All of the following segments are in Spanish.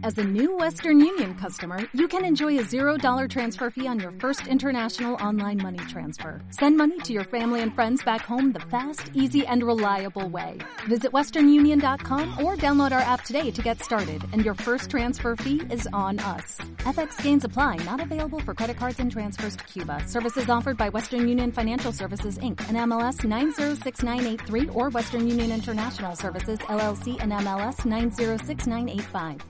As a new Western Union customer, you can enjoy a $0 transfer fee on your first international online money transfer. Send money to your family and friends back home the fast, easy, and reliable way. Visit westernunion.com or download our app today to get started, and your first transfer fee is on us. FX gains apply, not available for credit cards and transfers to Cuba. Services offered by Western Union Financial Services, Inc., and MLS 906983, or Western Union International Services, LLC, and MLS 906985.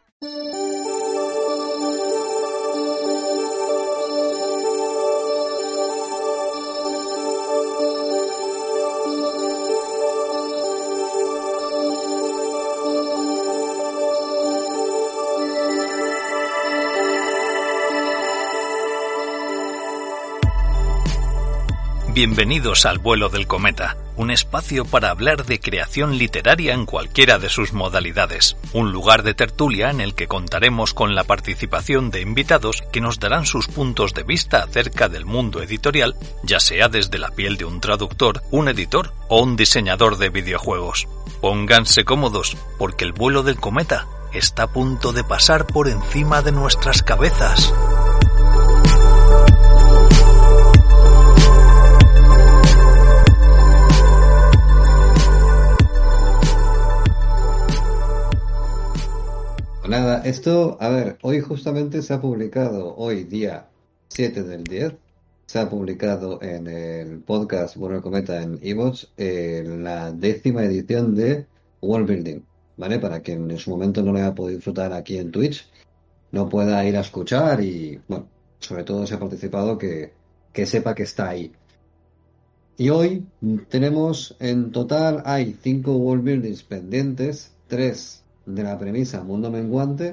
Bienvenidos al Vuelo del Cometa, un espacio para hablar de creación literaria en cualquiera de sus modalidades, un lugar de tertulia en el que contaremos con la participación de invitados que nos darán sus puntos de vista acerca del mundo editorial, ya sea desde la piel de un traductor, un editor o un diseñador de videojuegos. Pónganse cómodos, porque el vuelo del cometa está a punto de pasar por encima de nuestras cabezas. Nada, esto, a ver, hoy justamente se ha publicado, hoy día 7 del 10, se ha publicado en el podcast Bueno el Cometa en iVoox la 10ª edición de World Building, ¿vale? Para quien en su momento no lo haya podido disfrutar aquí en Twitch, no pueda ir a escuchar y, bueno, sobre todo si ha participado, que sepa que está ahí. Y hoy tenemos, en total, hay 5 World Buildings pendientes, 3 de la premisa Mundo Menguante,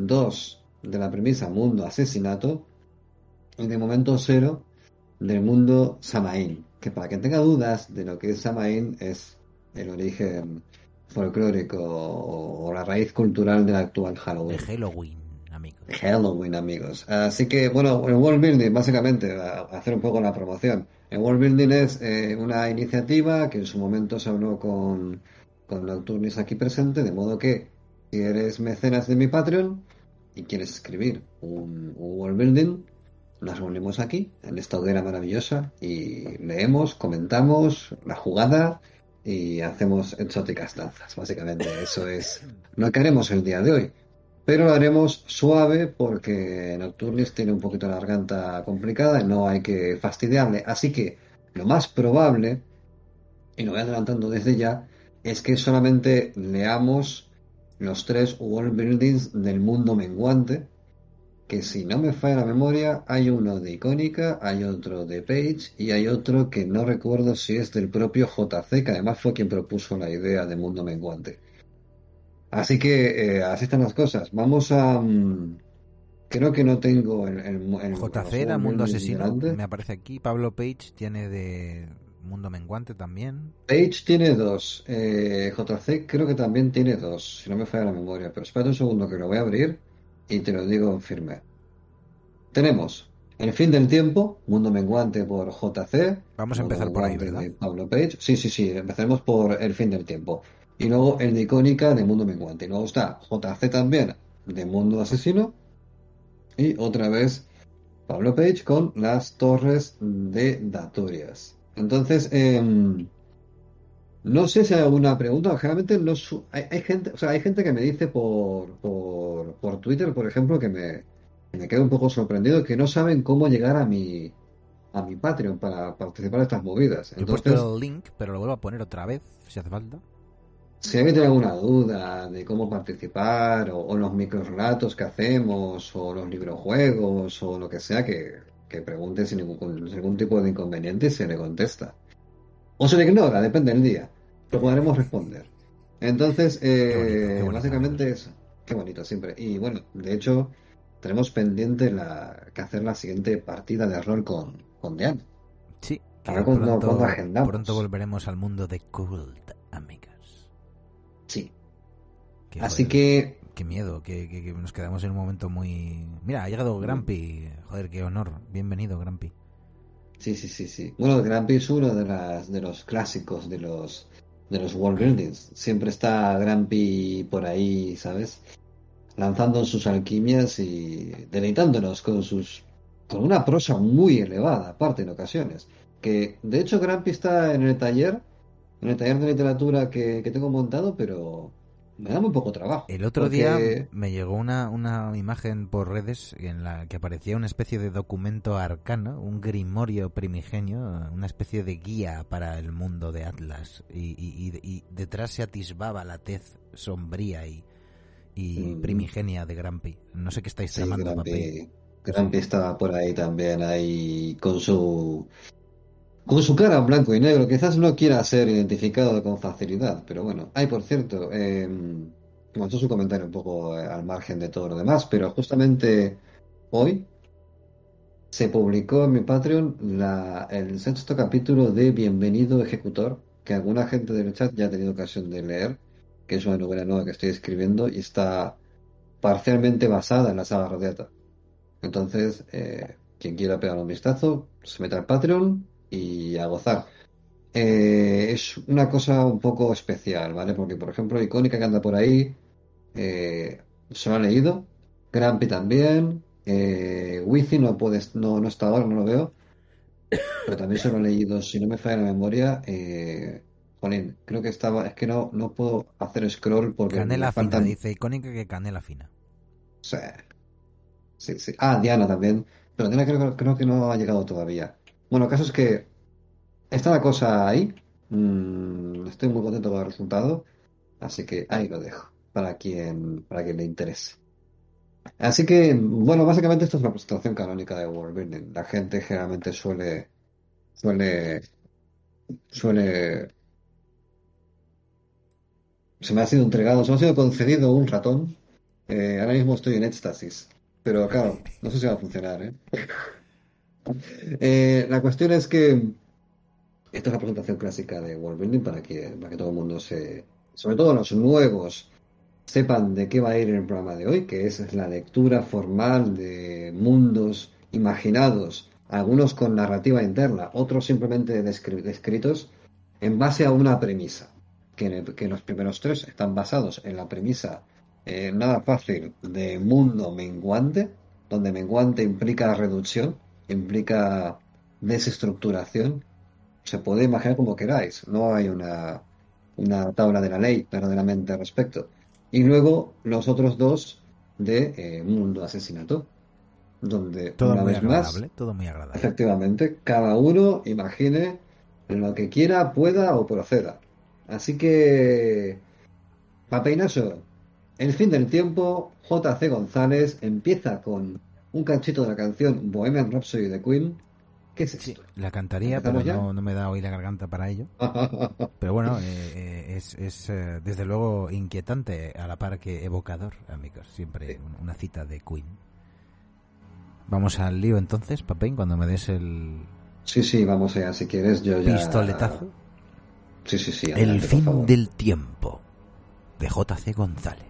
2 de la premisa Mundo Asesinato y de momento 0 del mundo Samaín, que para quien tenga dudas de lo que es Samaín, es el origen folclórico o la raíz cultural del actual Halloween. De Halloween, amigos. Halloween, amigos. Así que, bueno, el World Building, básicamente, a hacer un poco la promoción. El World Building es una iniciativa que en su momento se habló con Nocturnis aquí presente, de modo que si eres mecenas de mi Patreon y quieres escribir un World Building, nos reunimos aquí, en esta hoguera maravillosa, y leemos, comentamos la jugada y hacemos exóticas danzas. Básicamente eso es lo que haremos el día de hoy. Pero lo haremos suave porque Nocturnis tiene un poquito la garganta complicada y no hay que fastidiarle. Así que lo más probable, y lo voy adelantando desde ya, es que solamente leamos los 3 World Buildings del mundo menguante, que si no me falla la memoria, hay uno de Icónica, hay otro de Page y hay otro que no recuerdo si es del propio JC, que además fue quien propuso la idea de mundo menguante. Así que así están las cosas. Vamos a... creo que no tengo el JC era Mundo Asesino, me aparece aquí. Pablo Page tiene de Mundo Menguante también. Page tiene 2. JC creo que también tiene 2, si no me falla la memoria. Pero espérate un segundo que lo voy a abrir y te lo digo en firme. Tenemos El fin del tiempo, Mundo Menguante por JC. Vamos a empezar por ahí, ¿verdad? De Pablo Page. Sí. Empezaremos por El fin del tiempo. Y luego el de Icónica de Mundo Menguante. Y luego está JC también de Mundo Asesino. Y otra vez Pablo Page con Las Torres de Datorias. Entonces, no sé si hay alguna pregunta. Generalmente no hay gente, o sea, hay gente que me dice por Twitter, por ejemplo, que me queda un poco sorprendido, que no saben cómo llegar a mi Patreon para participar de estas movidas. Yo he puesto el link, pero lo vuelvo a poner otra vez, si hace falta. Si alguien tiene alguna duda de cómo participar, o los microrelatos que hacemos, o los librojuegos, o lo que sea, que pregunte sin ningún tipo de inconveniente y se le contesta. O se le ignora, depende del día. Lo podremos responder. Entonces, Qué bonito, básicamente amigos. eso. Qué bonito siempre. Y bueno, de hecho, tenemos pendiente que hacer la siguiente partida de rol con Dean. Sí, A ver cuándo agendamos. pronto volveremos al mundo de Cult, amigos. Sí. Que, Así joder, que... Qué miedo, que nos quedamos en un momento muy... Mira, ha llegado Grumpy. Joder, qué honor. Bienvenido, Grumpy. Sí. Bueno, Grumpy es uno de los clásicos de los world buildings. Siempre está Grumpy por ahí, ¿sabes? lanzando sus alquimias y deleitándonos con una prosa muy elevada, aparte en ocasiones. Que de hecho Grampi está en el taller de literatura que tengo montado, pero me da muy poco trabajo. El otro día Porque me llegó una imagen por redes en la que aparecía una especie de documento arcano, un grimorio primigenio, una especie de guía para el mundo de Atlas. Y detrás se atisbaba la tez sombría y primigenia de Grampi. No sé qué estáis sí, tramando, Papey. Grampi estaba por ahí también, ahí con su cara en blanco y negro. Quizás no quiera ser identificado con facilidad, pero bueno. Ay, por cierto, me gustó su comentario un poco al margen de todo lo demás, pero justamente hoy se publicó en mi Patreon el sexto capítulo de Bienvenido Ejecutor, que alguna gente del chat ya ha tenido ocasión de leer, que es una novela nueva que estoy escribiendo y está parcialmente basada en la saga Rodiata. Entonces, quien quiera pegar un vistazo, se mete al Patreon y a gozar. Es una cosa un poco especial, ¿vale? Porque, por ejemplo, Icónica, que anda por ahí, se lo ha leído. Grampi también. Wifi no está ahora, no lo veo. Pero también se lo ha leído, si no me falla la memoria. Jolín, creo que estaba. Es que no puedo hacer scroll porque me Canela fina, faltan. dice Icónica que canela fina. Sí, sí, sí. Ah, Diana también. Pero Diana creo que no ha llegado todavía. Bueno, el caso es que está la cosa ahí. Estoy muy contento con el resultado. Así que ahí lo dejo. Para quien le interese. Así que, bueno, básicamente esto es la presentación canónica de World Building. La gente generalmente suele, suele. Se me ha sido entregado, se me ha sido concedido un ratón. Ahora mismo estoy en éxtasis. Pero claro, no sé si va a funcionar, ¿eh? La cuestión es que esta es la presentación clásica de World Building para que todo el mundo sobre todo los nuevos, sepan de qué va a ir el programa de hoy, que es la lectura formal de mundos imaginados, algunos con narrativa interna, otros simplemente descritos en base a una premisa, que los primeros tres están basados en la premisa nada fácil de mundo menguante, donde menguante implica reducción, implica desestructuración. Se puede imaginar como queráis, no hay una tabla de la ley verdaderamente al respecto. Y luego los otros dos de Mundo Asesinato, donde Todo una muy vez más, agradable, todo muy agradable. efectivamente, cada uno imagine lo que quiera, pueda o proceda. Así que, Papeinazo, el fin del tiempo, J.C. González empieza con un cachito de la canción Bohemian Rhapsody de Queen. ¿Qué es Sí, esto? la cantaría, pero ¿Empezamos ya? no me da hoy la garganta para ello. Pero bueno, es desde luego inquietante a la par que evocador, amigos. Siempre una cita de Queen. Vamos al lío entonces, Papein, cuando me des el Sí, vamos allá, si quieres, yo ya... pistoletazo. Sí, El adelante, por fin favor. del tiempo, de J.C. González.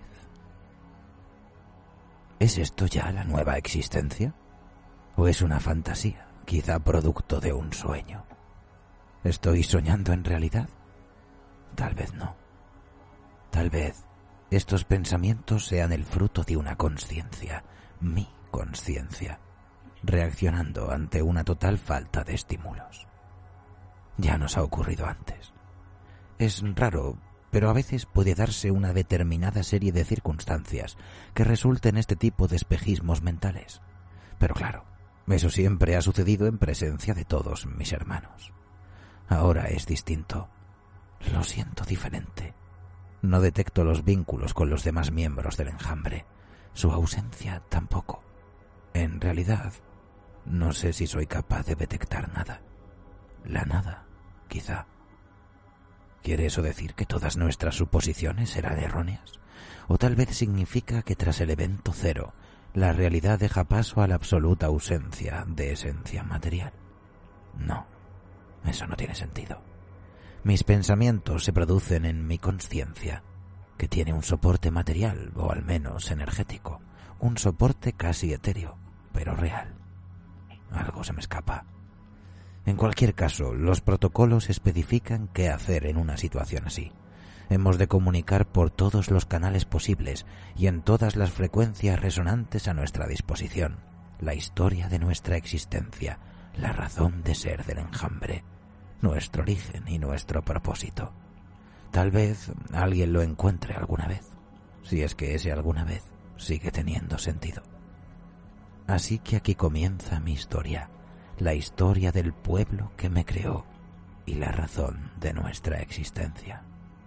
¿Es esto ya la nueva existencia? ¿O es una fantasía, quizá producto de un sueño? ¿Estoy soñando en realidad? Tal vez no. Tal vez estos pensamientos sean el fruto de una conciencia, mi conciencia, reaccionando ante una total falta de estímulos. Ya nos ha ocurrido antes. Es raro, pero a veces puede darse una determinada serie de circunstancias que resulten este tipo de espejismos mentales. Pero claro, eso siempre ha sucedido en presencia de todos mis hermanos. Ahora es distinto. Lo siento diferente. No detecto los vínculos con los demás miembros del enjambre. Su ausencia tampoco. En realidad, no sé si soy capaz de detectar nada. La nada, quizá. ¿Quiere eso decir que todas nuestras suposiciones eran erróneas? ¿O tal vez significa que tras el evento cero, la realidad deja paso a la absoluta ausencia de esencia material? No, eso no tiene sentido. Mis pensamientos se producen en mi conciencia, que tiene un soporte material, o al menos energético, un soporte casi etéreo, pero real. Algo se me escapa. En cualquier caso, los protocolos especifican qué hacer en una situación así. Hemos de comunicar por todos los canales posibles y en todas las frecuencias resonantes a nuestra disposición la historia de nuestra existencia, la razón de ser del enjambre, nuestro origen y nuestro propósito. Tal vez alguien lo encuentre alguna vez, si es que ese alguna vez sigue teniendo sentido. Así que aquí comienza mi historia, la historia del pueblo que me creó y la razón de nuestra existencia.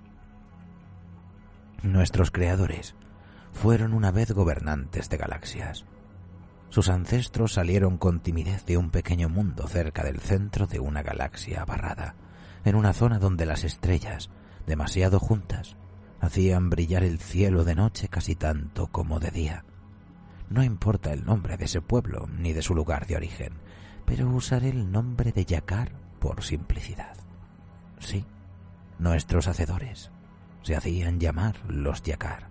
Nuestros creadores fueron una vez gobernantes de galaxias. Sus ancestros salieron con timidez de un pequeño mundo cerca del centro de una galaxia abarrada, en una zona donde las estrellas, demasiado juntas, hacían brillar el cielo de noche casi tanto como de día. No importa el nombre de ese pueblo ni de su lugar de origen, pero usaré el nombre de Yakar por simplicidad. Sí, nuestros hacedores se hacían llamar los Yakar.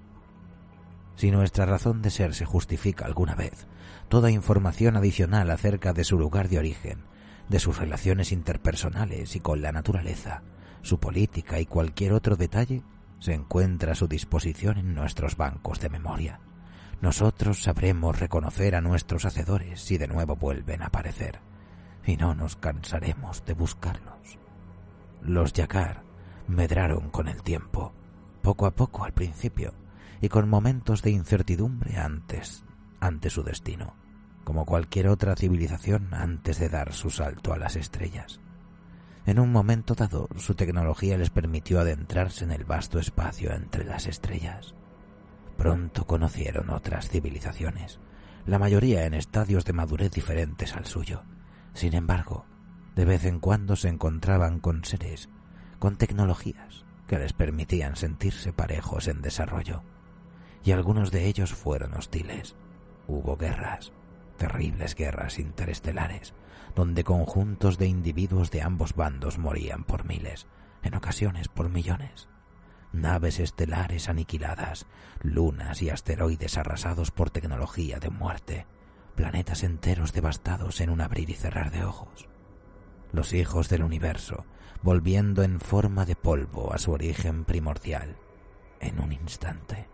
Si nuestra razón de ser se justifica alguna vez, toda información adicional acerca de su lugar de origen, de sus relaciones interpersonales y con la naturaleza, su política y cualquier otro detalle, se encuentra a su disposición en nuestros bancos de memoria. Nosotros sabremos reconocer a nuestros hacedores si de nuevo vuelven a aparecer, y no nos cansaremos de buscarlos. Los Yakar medraron con el tiempo, poco a poco al principio, y con momentos de incertidumbre ante su destino, como cualquier otra civilización antes de dar su salto a las estrellas. En un momento dado, su tecnología les permitió adentrarse en el vasto espacio entre las estrellas. Pronto conocieron otras civilizaciones, la mayoría en estadios de madurez diferentes al suyo. Sin embargo, de vez en cuando se encontraban con seres, con tecnologías que les permitían sentirse parejos en desarrollo. Y algunos de ellos fueron hostiles. Hubo guerras, terribles guerras interestelares, donde conjuntos de individuos de ambos bandos morían por miles, en ocasiones por millones. Naves estelares aniquiladas, lunas y asteroides arrasados por tecnología de muerte, planetas enteros devastados en un abrir y cerrar de ojos. Los hijos del universo, volviendo en forma de polvo a su origen primordial, en un instante.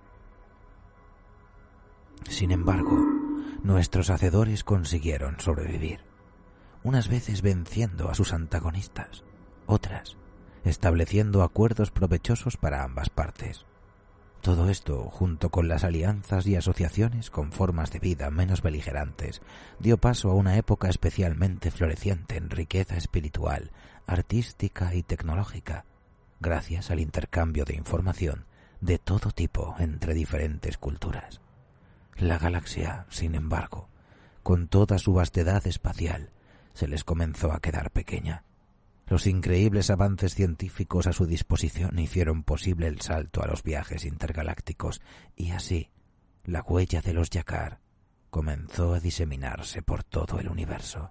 Sin embargo, nuestros hacedores consiguieron sobrevivir, unas veces venciendo a sus antagonistas, otras estableciendo acuerdos provechosos para ambas partes. Todo esto, junto con las alianzas y asociaciones con formas de vida menos beligerantes, dio paso a una época especialmente floreciente en riqueza espiritual, artística y tecnológica, gracias al intercambio de información de todo tipo entre diferentes culturas. La galaxia, sin embargo, con toda su vastedad espacial, se les comenzó a quedar pequeña. Los increíbles avances científicos a su disposición hicieron posible el salto a los viajes intergalácticos y así la huella de los Yakar comenzó a diseminarse por todo el universo.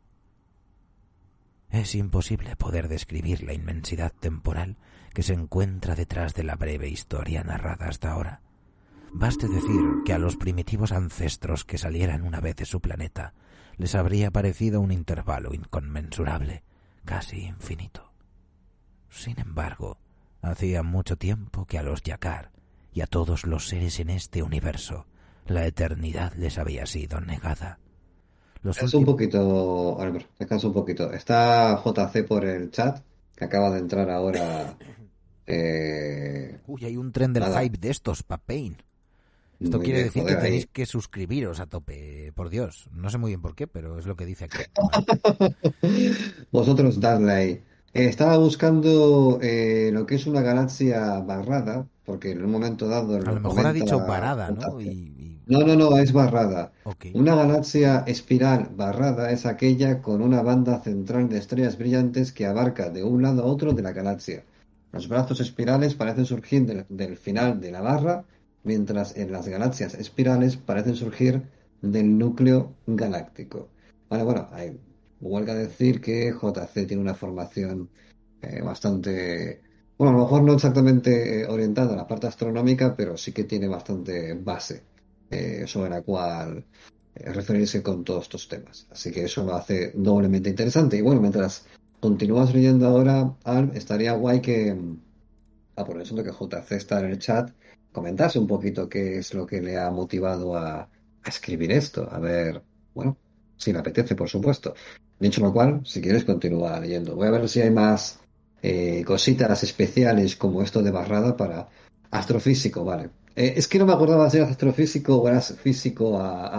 Es imposible poder describir la inmensidad temporal que se encuentra detrás de la breve historia narrada hasta ahora. Baste decir que a los primitivos ancestros que salieran una vez de su planeta les habría parecido un intervalo inconmensurable, casi infinito. Sin embargo, hacía mucho tiempo que a los Yakar y a todos los seres en este universo la eternidad les había sido negada. Un poquito, Álvaro, descansa un poquito. Está JC por el chat, que acaba de entrar ahora. Uy, hay un tren del hype de estos, Papain. Esto Muy quiere bien, decir joder, que tenéis ahí. que suscribiros a tope, por Dios. No sé muy bien por qué, pero es lo que dice aquí. Vosotros dadle ahí. Estaba buscando lo que es una galaxia barrada, porque en un momento dado A lo lo mejor ha comenta dicho varada, ¿no? JC. No, es barrada. Ok. Una galaxia espiral barrada es aquella con una banda central de estrellas brillantes que abarca de un lado a otro de la galaxia. Los brazos espirales parecen surgir del final de la barra, mientras en las galaxias espirales parecen surgir del núcleo galáctico. Bueno, huelga decir que JC tiene una formación bastante, bueno, a lo mejor no exactamente orientada a la parte astronómica, pero sí que tiene bastante base sobre la cual referirse con todos estos temas. Así que eso lo hace doblemente interesante. Y bueno, mientras continúas leyendo ahora, Al, estaría guay aprovechando que JC está en el chat, comentase un poquito qué es lo que le ha motivado a escribir esto. A ver, bueno, si me apetece, por supuesto. Dicho lo cual, si quieres, continúa leyendo. Voy a ver si hay más cositas especiales como esto de Barrada para astrofísico, vale. Es que no me acordaba si era astrofísico o eras físico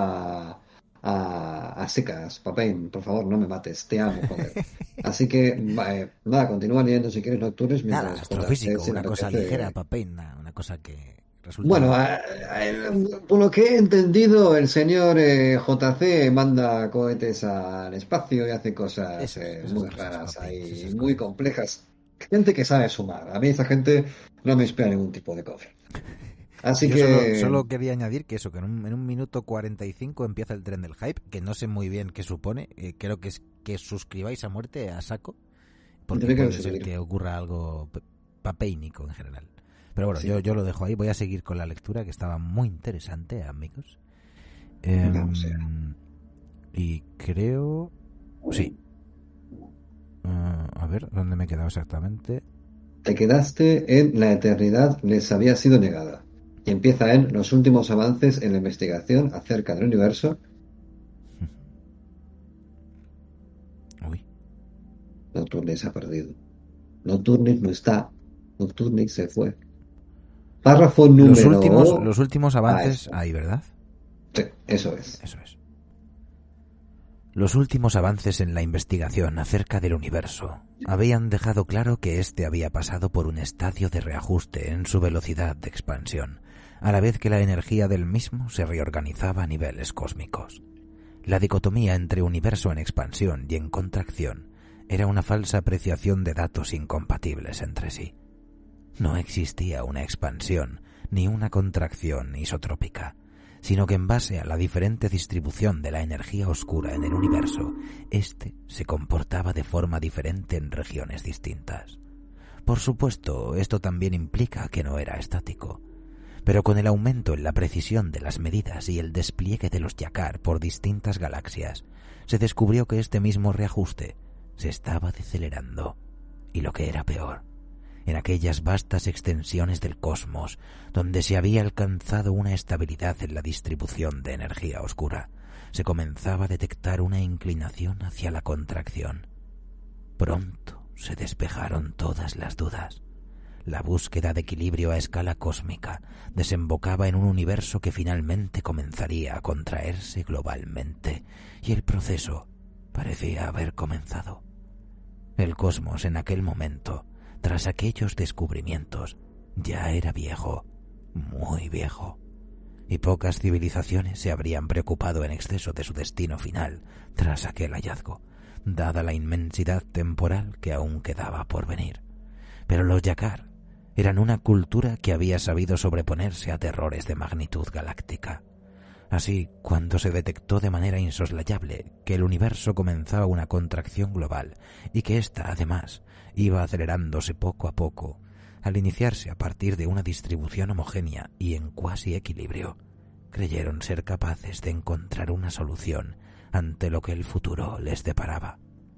a secas. Papain, por favor, no me mates, te amo, joder. Así que, nada, continúa leyendo si quieres Nocturnes Nada, mientras JC, astrofísico, si le una cosa ligera, apetece. Papain, una cosa que Bueno, resulta... por lo que he entendido, el señor JC manda cohetes al espacio y hace cosas Esas muy cosas, raras Papain, ahí, esas muy cosas. complejas. Gente que sabe sumar. A mí esa gente no me inspira ningún tipo de confianza. Así Yo que, solo quería añadir que eso, que en un minuto 45 empieza el tren del hype, que no sé muy bien qué supone. Creo que es que suscribáis a muerte a saco, yo porque me quiero puede ser subir. que ocurra algo papeínico en general. Pero bueno, Sí, yo lo dejo ahí. Voy a seguir con la lectura, que estaba muy interesante, amigos. vamos allá. Y creo... Sí. A ver, ¿dónde me he quedado exactamente? Te quedaste en la eternidad les había sido negada. Y empieza en los últimos avances en la investigación acerca del universo. Uy. Nocturnis ha perdido. Nocturnis no está. Nocturnis se fue. Párrafo número... Los últimos Ah, avances eso. ahí, ¿verdad? Sí, eso es. Eso es. Los últimos avances en la investigación acerca del universo habían dejado claro que éste había pasado por un estadio de reajuste en su velocidad de expansión, a la vez que la energía del mismo se reorganizaba a niveles cósmicos. La dicotomía entre universo en expansión y en contracción era una falsa apreciación de datos incompatibles entre sí. No existía una expansión ni una contracción isotrópica, sino que en base a la diferente distribución de la energía oscura en el universo, éste se comportaba de forma diferente en regiones distintas. Por supuesto, esto también implica que no era estático, pero con el aumento en la precisión de las medidas y el despliegue de los Yakar por distintas galaxias, se descubrió que este mismo reajuste se estaba decelerando, y lo que era peor, en aquellas vastas extensiones del cosmos donde se había alcanzado una estabilidad en la distribución de energía oscura, se comenzaba a detectar una inclinación hacia la contracción. Pronto se despejaron todas las dudas. La búsqueda de equilibrio a escala cósmica desembocaba en un universo que finalmente comenzaría a contraerse globalmente, y el proceso parecía haber comenzado. El cosmos en aquel momento, tras aquellos descubrimientos, ya era viejo, muy viejo, y pocas civilizaciones se habrían preocupado en exceso de su destino final tras aquel hallazgo, dada la inmensidad temporal que aún quedaba por venir. Pero los Yakar eran una cultura que había sabido sobreponerse a terrores de magnitud galáctica. Así, cuando se detectó de manera insoslayable que el universo comenzaba una contracción global y que ésta, además, iba acelerándose poco a poco, al iniciarse a partir de una distribución homogénea y en cuasi equilibrio, creyeron ser capaces de encontrar una solución ante lo que el futuro les deparaba.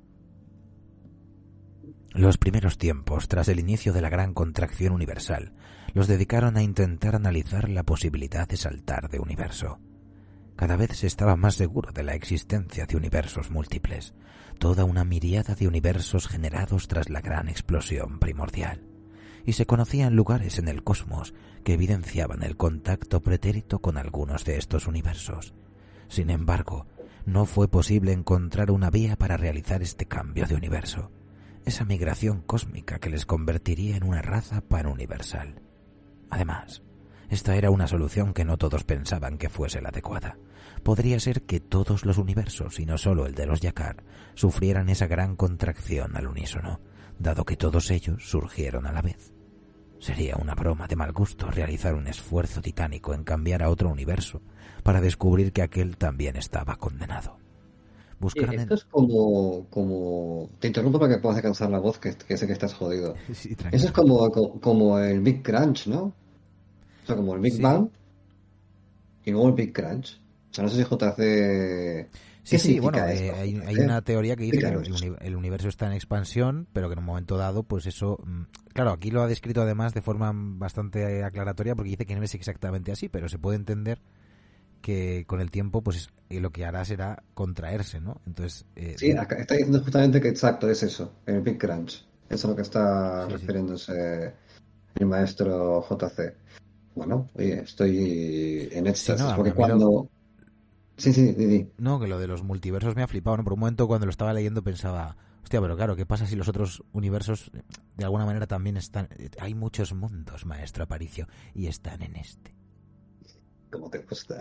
Los primeros tiempos, tras el inicio de la gran contracción universal, los dedicaron a intentar analizar la posibilidad de saltar de universo. Cada vez se estaba más seguro de la existencia de universos múltiples, toda una miríada de universos generados tras la gran explosión primordial, y se conocían lugares en el cosmos que evidenciaban el contacto pretérito con algunos de estos universos. Sin embargo, no fue posible encontrar una vía para realizar este cambio de universo, esa migración cósmica que les convertiría en una raza panuniversal. Además, esta era una solución que no todos pensaban que fuese la adecuada. Podría ser que todos los universos, y no solo el de los Yakar, sufrieran esa gran contracción al unísono, dado que todos ellos surgieron a la vez. Sería una broma de mal gusto realizar un esfuerzo titánico en cambiar a otro universo para descubrir que aquel también estaba condenado. Buscaron Esto es como... Te interrumpo para que puedas descansar la voz, que sé que estás jodido. Sí, Eso es tranquilo. como el Big Crunch, ¿no? O sea, como el Big Sí, sí. Bang y luego el Big Crunch. sea, no sé si JC... Sí, bueno, hay una teoría que dice que el universo está en expansión, pero que en un momento dado, pues eso... Claro, aquí lo ha descrito además de forma bastante aclaratoria, porque dice que no es exactamente así, pero se puede entender que con el tiempo, pues lo que hará será contraerse, ¿no? Entonces... sí, acá está diciendo justamente que exacto, es eso, el Big Crunch. Eso es a lo que está refiriéndose el maestro JC. Bueno, oye, estoy en éxtasis, porque cuando... Sí, Didi. No, que lo de los multiversos me ha flipado, ¿no? Por un momento cuando lo estaba leyendo pensaba, hostia, pero claro, ¿qué pasa si los otros universos de alguna manera también están... Hay muchos mundos, maestro Aparicio, y están en este. ¿Cómo te gusta?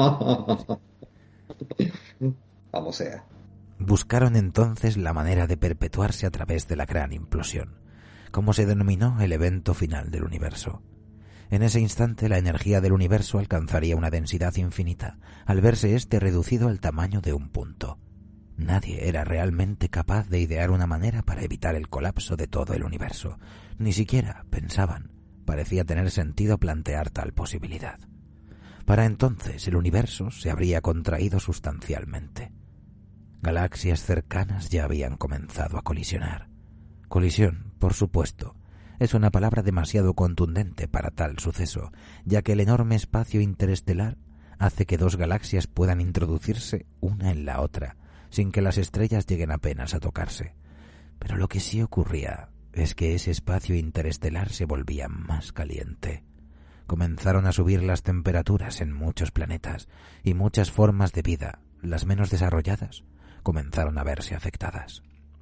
Vamos sea. Buscaron entonces la manera de perpetuarse a través de la gran implosión, como se denominó el evento final del universo. En ese instante la energía del universo alcanzaría una densidad infinita, al verse éste reducido al tamaño de un punto. Nadie era realmente capaz de idear una manera para evitar el colapso de todo el universo. Ni siquiera, pensaban, parecía tener sentido plantear tal posibilidad. Para entonces el universo se habría contraído sustancialmente. Galaxias cercanas ya habían comenzado a colisionar. Colisión, por supuesto, es una palabra demasiado contundente para tal suceso, ya que el enorme espacio interestelar hace que dos galaxias puedan introducirse una en la otra, sin que las estrellas lleguen apenas a tocarse. Pero lo que sí ocurría es que ese espacio interestelar se volvía más caliente. Comenzaron a subir las temperaturas en muchos planetas, y muchas formas de vida, las menos desarrolladas, comenzaron a verse afectadas.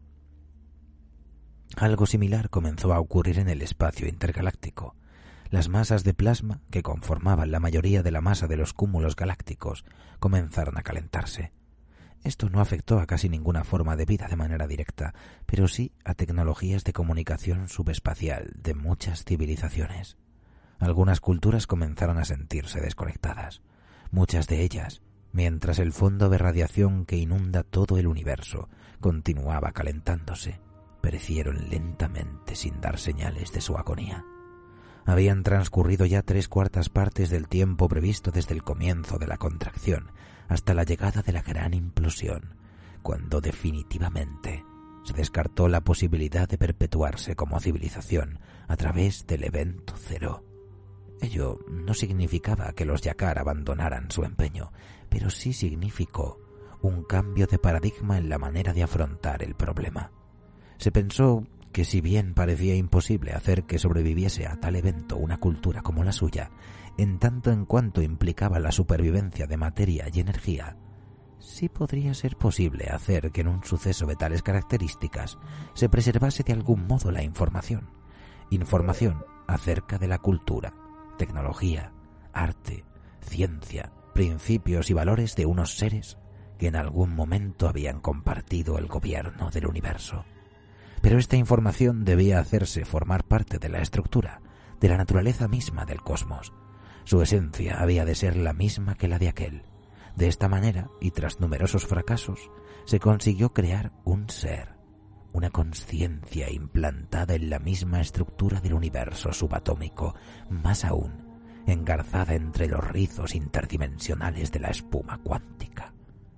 Algo similar comenzó a ocurrir en el espacio intergaláctico. Las masas de plasma, que conformaban la mayoría de la masa de los cúmulos galácticos, comenzaron a calentarse. Esto no afectó a casi ninguna forma de vida de manera directa, pero sí a tecnologías de comunicación subespacial de muchas civilizaciones. Algunas culturas comenzaron a sentirse desconectadas. Muchas de ellas, mientras el fondo de radiación que inunda todo el universo continuaba calentándose, perecieron lentamente sin dar señales de su agonía. Habían transcurrido ya 3/4 partes del tiempo previsto desde el comienzo de la contracción hasta la llegada de la gran implosión, cuando definitivamente se descartó la posibilidad de perpetuarse como civilización a través del evento cero. Ello no significaba que los Yakar abandonaran su empeño, pero sí significó un cambio de paradigma en la manera de afrontar el problema. Se pensó que si bien parecía imposible hacer que sobreviviese a tal evento una cultura como la suya, en tanto en cuanto implicaba la supervivencia de materia y energía, sí podría ser posible hacer que en un suceso de tales características se preservase de algún modo la información acerca de la cultura, tecnología, arte, ciencia, principios y valores de unos seres que en algún momento habían compartido el gobierno del universo. Pero esta información debía hacerse formar parte de la estructura, de la naturaleza misma del cosmos. Su esencia había de ser la misma que la de aquel. De esta manera, y tras numerosos fracasos, se consiguió crear un ser, una conciencia implantada en la misma estructura del universo subatómico, más aún, engarzada entre los rizos interdimensionales de la espuma cuántica.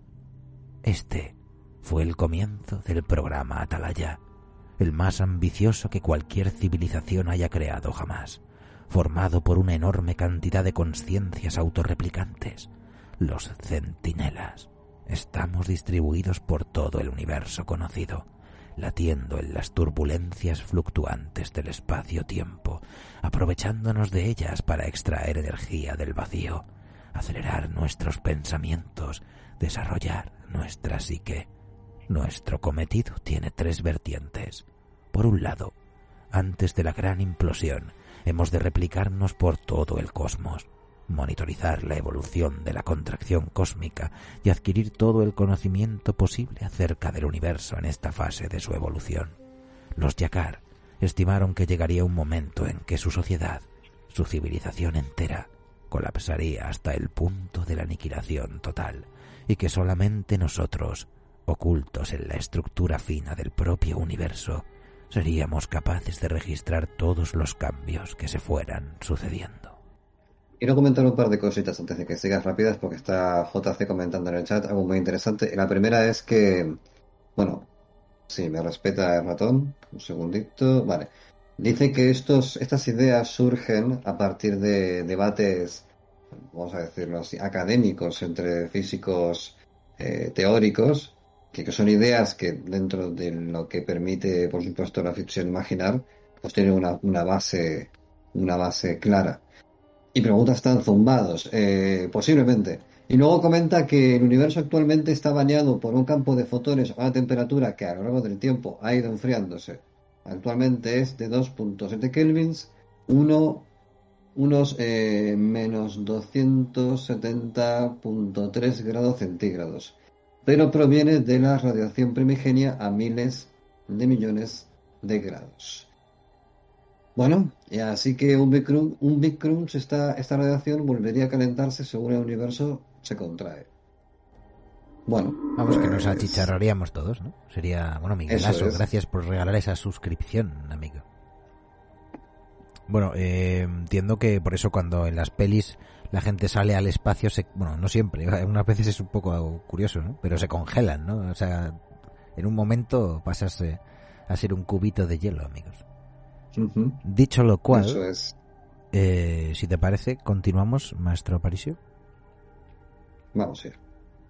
Este fue el comienzo del programa Atalaya, el más ambicioso que cualquier civilización haya creado jamás, formado por una enorme cantidad de conciencias autorreplicantes, los centinelas. Estamos distribuidos por todo el universo conocido, latiendo en las turbulencias fluctuantes del espacio-tiempo, aprovechándonos de ellas para extraer energía del vacío, acelerar nuestros pensamientos, desarrollar nuestra psique. Nuestro cometido tiene 3 vertientes. Por un lado, antes de la gran implosión, hemos de replicarnos por todo el cosmos, monitorizar la evolución de la contracción cósmica y adquirir todo el conocimiento posible acerca del universo en esta fase de su evolución. Los Yakar estimaron que llegaría un momento en que su sociedad, su civilización entera, colapsaría hasta el punto de la aniquilación total, y que solamente nosotros, ocultos en la estructura fina del propio universo, seríamos capaces de registrar todos los cambios que se fueran sucediendo. Quiero comentar un par de cositas antes de que sigas rápidas porque está JC comentando en el chat algo muy interesante. La primera es que, bueno, si me respeta el ratón, un segundito, vale. Dice que estas ideas surgen a partir de debates, vamos a decirlo así, académicos entre físicos teóricos, que son ideas que dentro de lo que permite, por supuesto, la ficción imaginar, pues tienen una base clara. Y preguntas tan zumbados, posiblemente. Y luego comenta que el universo actualmente está bañado por un campo de fotones a una temperatura que a lo largo del tiempo ha ido enfriándose. Actualmente es de 2.7 kelvins, unos menos 270.3 grados centígrados. Pero proviene de la radiación primigenia a miles de millones de grados. Bueno, y así que un Big Crunch, esta radiación volvería a calentarse según el universo se contrae. Bueno, vamos, pues, que nos achicharraríamos todos, ¿no? Sería, bueno, Miguelazo, gracias por regalar esa suscripción, amigo. Bueno, entiendo que por eso cuando en las pelis la gente sale al espacio, bueno, no siempre, unas veces es un poco curioso, ¿no? Pero se congelan, ¿no? O sea, en un momento pasas a ser un cubito de hielo, amigos. Uh-huh. Dicho lo cual, eso es. Si te parece, continuamos, maestro Aparicio. Vamos a ir.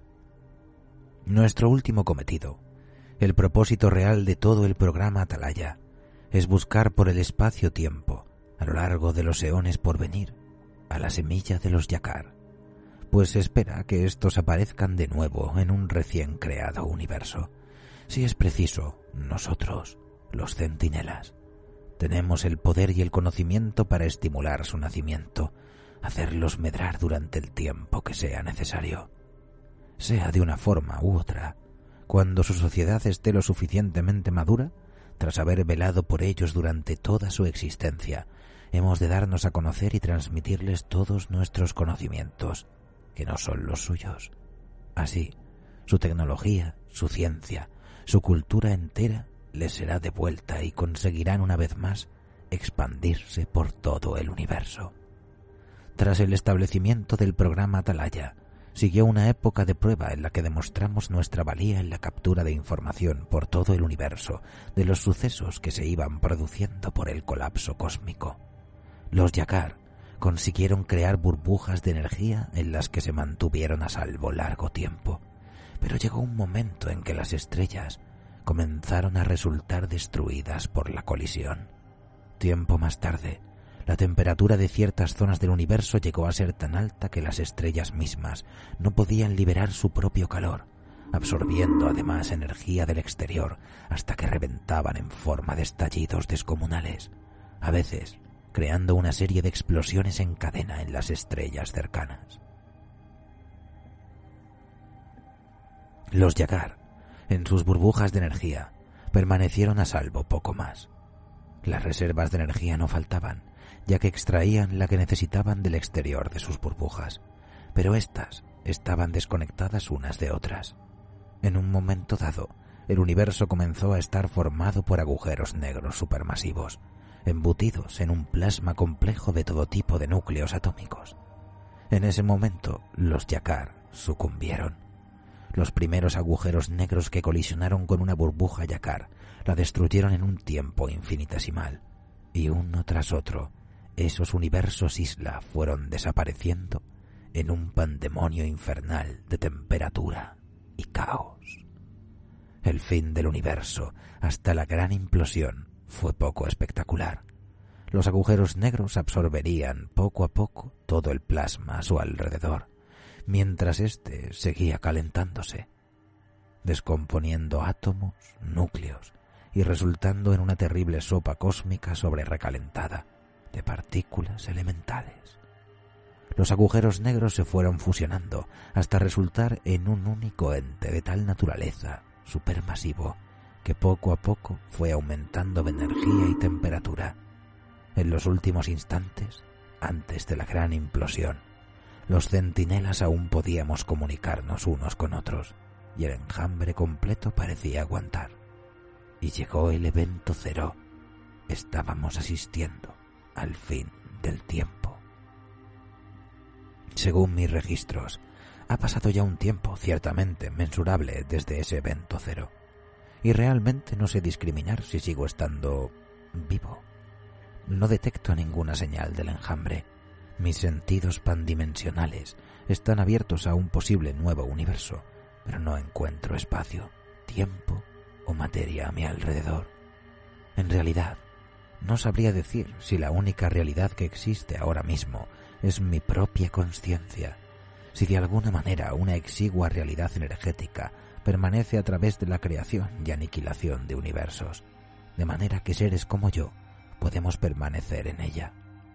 Nuestro último cometido, el propósito real de todo el programa Atalaya, es buscar por el espacio-tiempo, a lo largo de los eones por venir, a la semilla de los Yakar, pues se espera que estos aparezcan de nuevo en un recién creado universo. Si es preciso, nosotros, los centinelas, tenemos el poder y el conocimiento para estimular su nacimiento, hacerlos medrar durante el tiempo que sea necesario. Sea de una forma u otra, cuando su sociedad esté lo suficientemente madura, tras haber velado por ellos durante toda su existencia, hemos de darnos a conocer y transmitirles todos nuestros conocimientos, que no son los suyos. Así, su tecnología, su ciencia, su cultura entera les será devuelta y conseguirán una vez más expandirse por todo el universo. Tras el establecimiento del programa Atalaya, siguió una época de prueba en la que demostramos nuestra valía en la captura de información por todo el universo de los sucesos que se iban produciendo por el colapso cósmico. Los Yakar consiguieron crear burbujas de energía en las que se mantuvieron a salvo largo tiempo, pero llegó un momento en que las estrellas comenzaron a resultar destruidas por la colisión. Tiempo más tarde, la temperatura de ciertas zonas del universo llegó a ser tan alta que las estrellas mismas no podían liberar su propio calor, absorbiendo además energía del exterior hasta que reventaban en forma de estallidos descomunales, a veces creando una serie de explosiones en cadena en las estrellas cercanas. Los Yakar, en sus burbujas de energía, permanecieron a salvo poco más. Las reservas de energía no faltaban, ya que extraían la que necesitaban del exterior de sus burbujas, pero éstas estaban desconectadas unas de otras. En un momento dado, el universo comenzó a estar formado por agujeros negros supermasivos, embutidos en un plasma complejo de todo tipo de núcleos atómicos. En ese momento, los Yakar sucumbieron. Los primeros agujeros negros que colisionaron con una burbuja Yakar la destruyeron en un tiempo infinitesimal, y uno tras otro, esos universos isla fueron desapareciendo en un pandemonio infernal de temperatura y caos. El fin del universo, hasta la gran implosión, fue poco espectacular. Los agujeros negros absorberían poco a poco todo el plasma a su alrededor, mientras éste seguía calentándose, descomponiendo átomos, núcleos y resultando en una terrible sopa cósmica sobrerecalentada de partículas elementales. Los agujeros negros se fueron fusionando hasta resultar en un único ente de tal naturaleza supermasivo que poco a poco fue aumentando de energía y temperatura. En los últimos instantes, antes de la gran implosión, los centinelas aún podíamos comunicarnos unos con otros, y el enjambre completo parecía aguantar. Y llegó el evento cero. Estábamos asistiendo al fin del tiempo. Según mis registros, ha pasado ya un tiempo ciertamente mensurable desde ese evento cero, y realmente no sé discriminar si sigo estando vivo. No detecto ninguna señal del enjambre. Mis sentidos pandimensionales están abiertos a un posible nuevo universo, pero no encuentro espacio, tiempo o materia a mi alrededor. En realidad, no sabría decir si la única realidad que existe ahora mismo es mi propia consciencia, si de alguna manera una exigua realidad energética permanece a través de la creación y aniquilación de universos, de manera que seres como yo podemos permanecer en ella.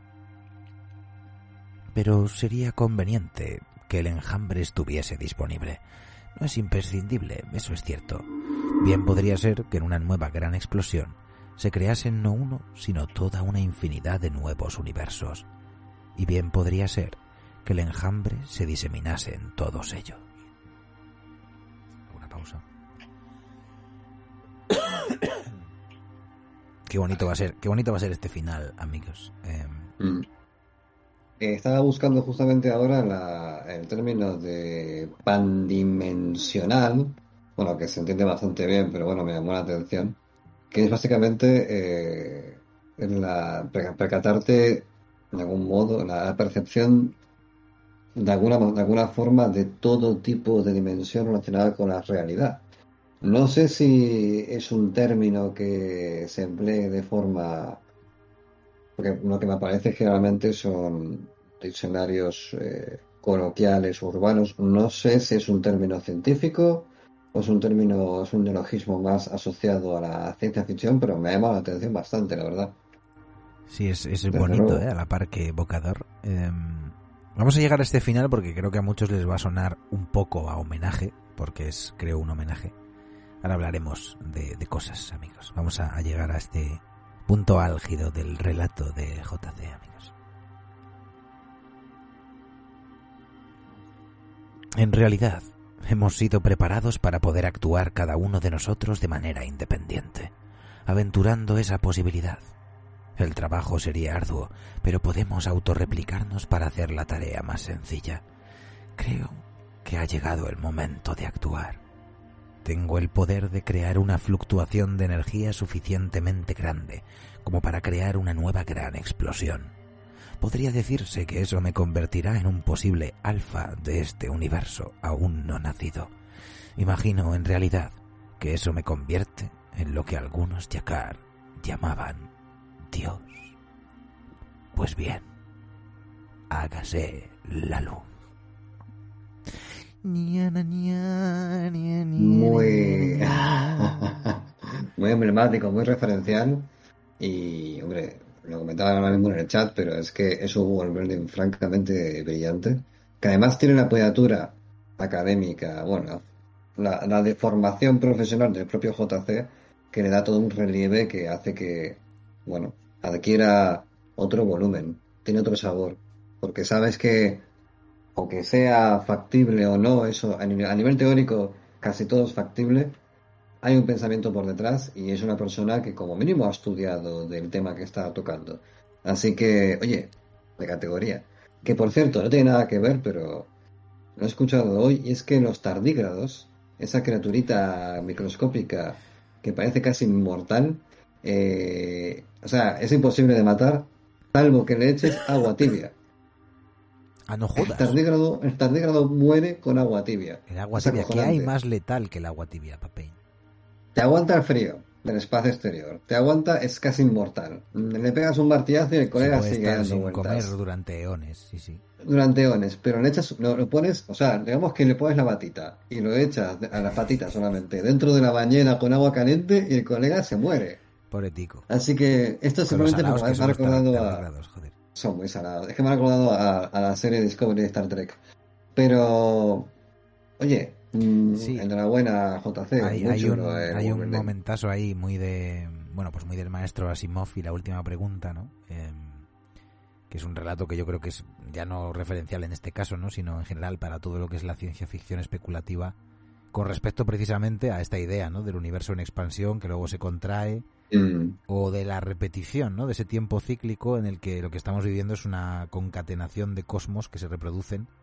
Pero sería conveniente que el enjambre estuviese disponible. No es imprescindible, eso es cierto. Bien podría ser que en una nueva gran explosión se creasen no uno, sino toda una infinidad de nuevos universos. Y bien podría ser que el enjambre se diseminase en todos ellos. Una pausa. Qué bonito va a ser este final, amigos. Estaba buscando justamente ahora el término de pandimensional, bueno, que se entiende bastante bien, pero bueno, me llamó la atención, que es básicamente percatarte de algún modo, la percepción de alguna forma de todo tipo de dimensión relacionada con la realidad. No sé si es un término que se emplee de forma... Porque lo que me aparece generalmente son diccionarios coloquiales urbanos. No sé si es un término científico o es un neologismo más asociado a la ciencia ficción, pero me ha llamado la atención bastante, la verdad. Sí, es bonito, a la par que evocador. Vamos a llegar a este final porque creo que a muchos les va a sonar un poco a homenaje, porque es, creo, un homenaje. Ahora hablaremos de cosas, amigos. Vamos a llegar a este punto álgido del relato de JC, amigos. En realidad, hemos sido preparados para poder actuar cada uno de nosotros de manera independiente, aventurando esa posibilidad. El trabajo sería arduo, pero podemos autorreplicarnos para hacer la tarea más sencilla. Creo que ha llegado el momento de actuar. Tengo el poder de crear una fluctuación de energía suficientemente grande como para crear una nueva gran explosión. Podría decirse que eso me convertirá en un posible alfa de este universo aún no nacido. Imagino, en realidad, que eso me convierte en lo que algunos Yakar llamaban Dios. Pues bien, hágase la luz. Muy emblemático, muy referencial. Y, hombre, lo comentaba ahora mismo en el chat, pero es que es un world building francamente brillante, que además tiene la apoyatura académica, bueno, la deformación profesional del propio JC, que le da todo un relieve que hace que, bueno, adquiera otro volumen, tiene otro sabor, porque sabes que, aunque sea factible o no, eso a nivel teórico casi todo es factible, hay un pensamiento por detrás y es una persona que como mínimo ha estudiado del tema que está tocando. Así que, oye, de categoría. Que por cierto, no tiene nada que ver, pero lo he escuchado hoy, y es que los tardígrados, esa criaturita microscópica que parece casi inmortal, o sea, es imposible de matar, salvo que le eches agua tibia. Ah, no jodas. El tardígrado muere con agua tibia. El agua tibia, ¿qué hay más letal que el agua tibia, Papein? Te aguanta el frío del espacio exterior. Te aguanta, es casi inmortal. Le pegas un martillazo y el colega sigue dando vueltas. Comer durante eones, sí. Durante eones, pero le echas, lo pones, o sea, digamos que le pones la batita y lo echas a la patita solamente dentro de la bañera con agua caliente y el colega se muere. Pobre tico. Así que esto simplemente me ha recordado son muy salados. Es que me ha recordado a la serie Discovery de Star Trek. Pero, oye, sí. Enhorabuena, JC. Hay un momentazo ahí muy de, bueno, pues muy del maestro Asimov y la última pregunta, ¿no? Que es un relato que yo creo que es ya no referencial en este caso, ¿no? Sino en general para todo lo que es la ciencia ficción especulativa con respecto precisamente a esta idea, ¿no? Del universo en expansión que luego se contrae, o de la repetición, ¿no? De ese tiempo cíclico en el que lo que estamos viviendo es una concatenación de cosmos que se reproducen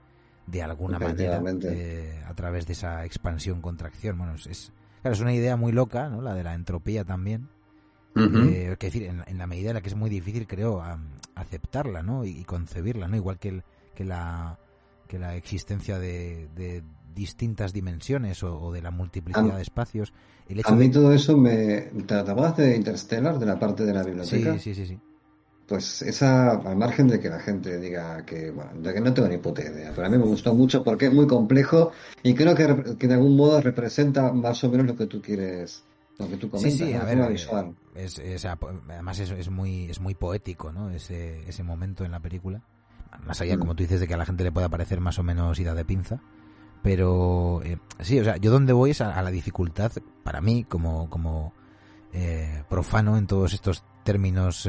de alguna manera a través de esa expansión-contracción. Bueno, claro, es una idea muy loca, ¿no? La de la entropía también. Es decir, en la medida en la que es muy difícil, creo, aceptarla, ¿no? Y concebirla, ¿no? Igual que la existencia de distintas dimensiones o de la multiplicidad de espacios. A mí todo eso ¿Te acuerdas de Interstellar, de la parte de la biblioteca? Sí. Pues esa, al margen de que la gente diga que, bueno, de que no tengo ni puta idea, pero a mí me gustó mucho porque es muy complejo y creo que de algún modo representa más o menos lo que tú quieres, lo que tú comentas, sí, ¿no? a De forma ver, visual. además es muy poético, ¿no? Ese momento en la película. Más allá, como tú dices, de que a la gente le pueda parecer más o menos ida de pinza. Pero sí, o sea, yo donde voy es a la dificultad, para mí, como profano en todos estos términos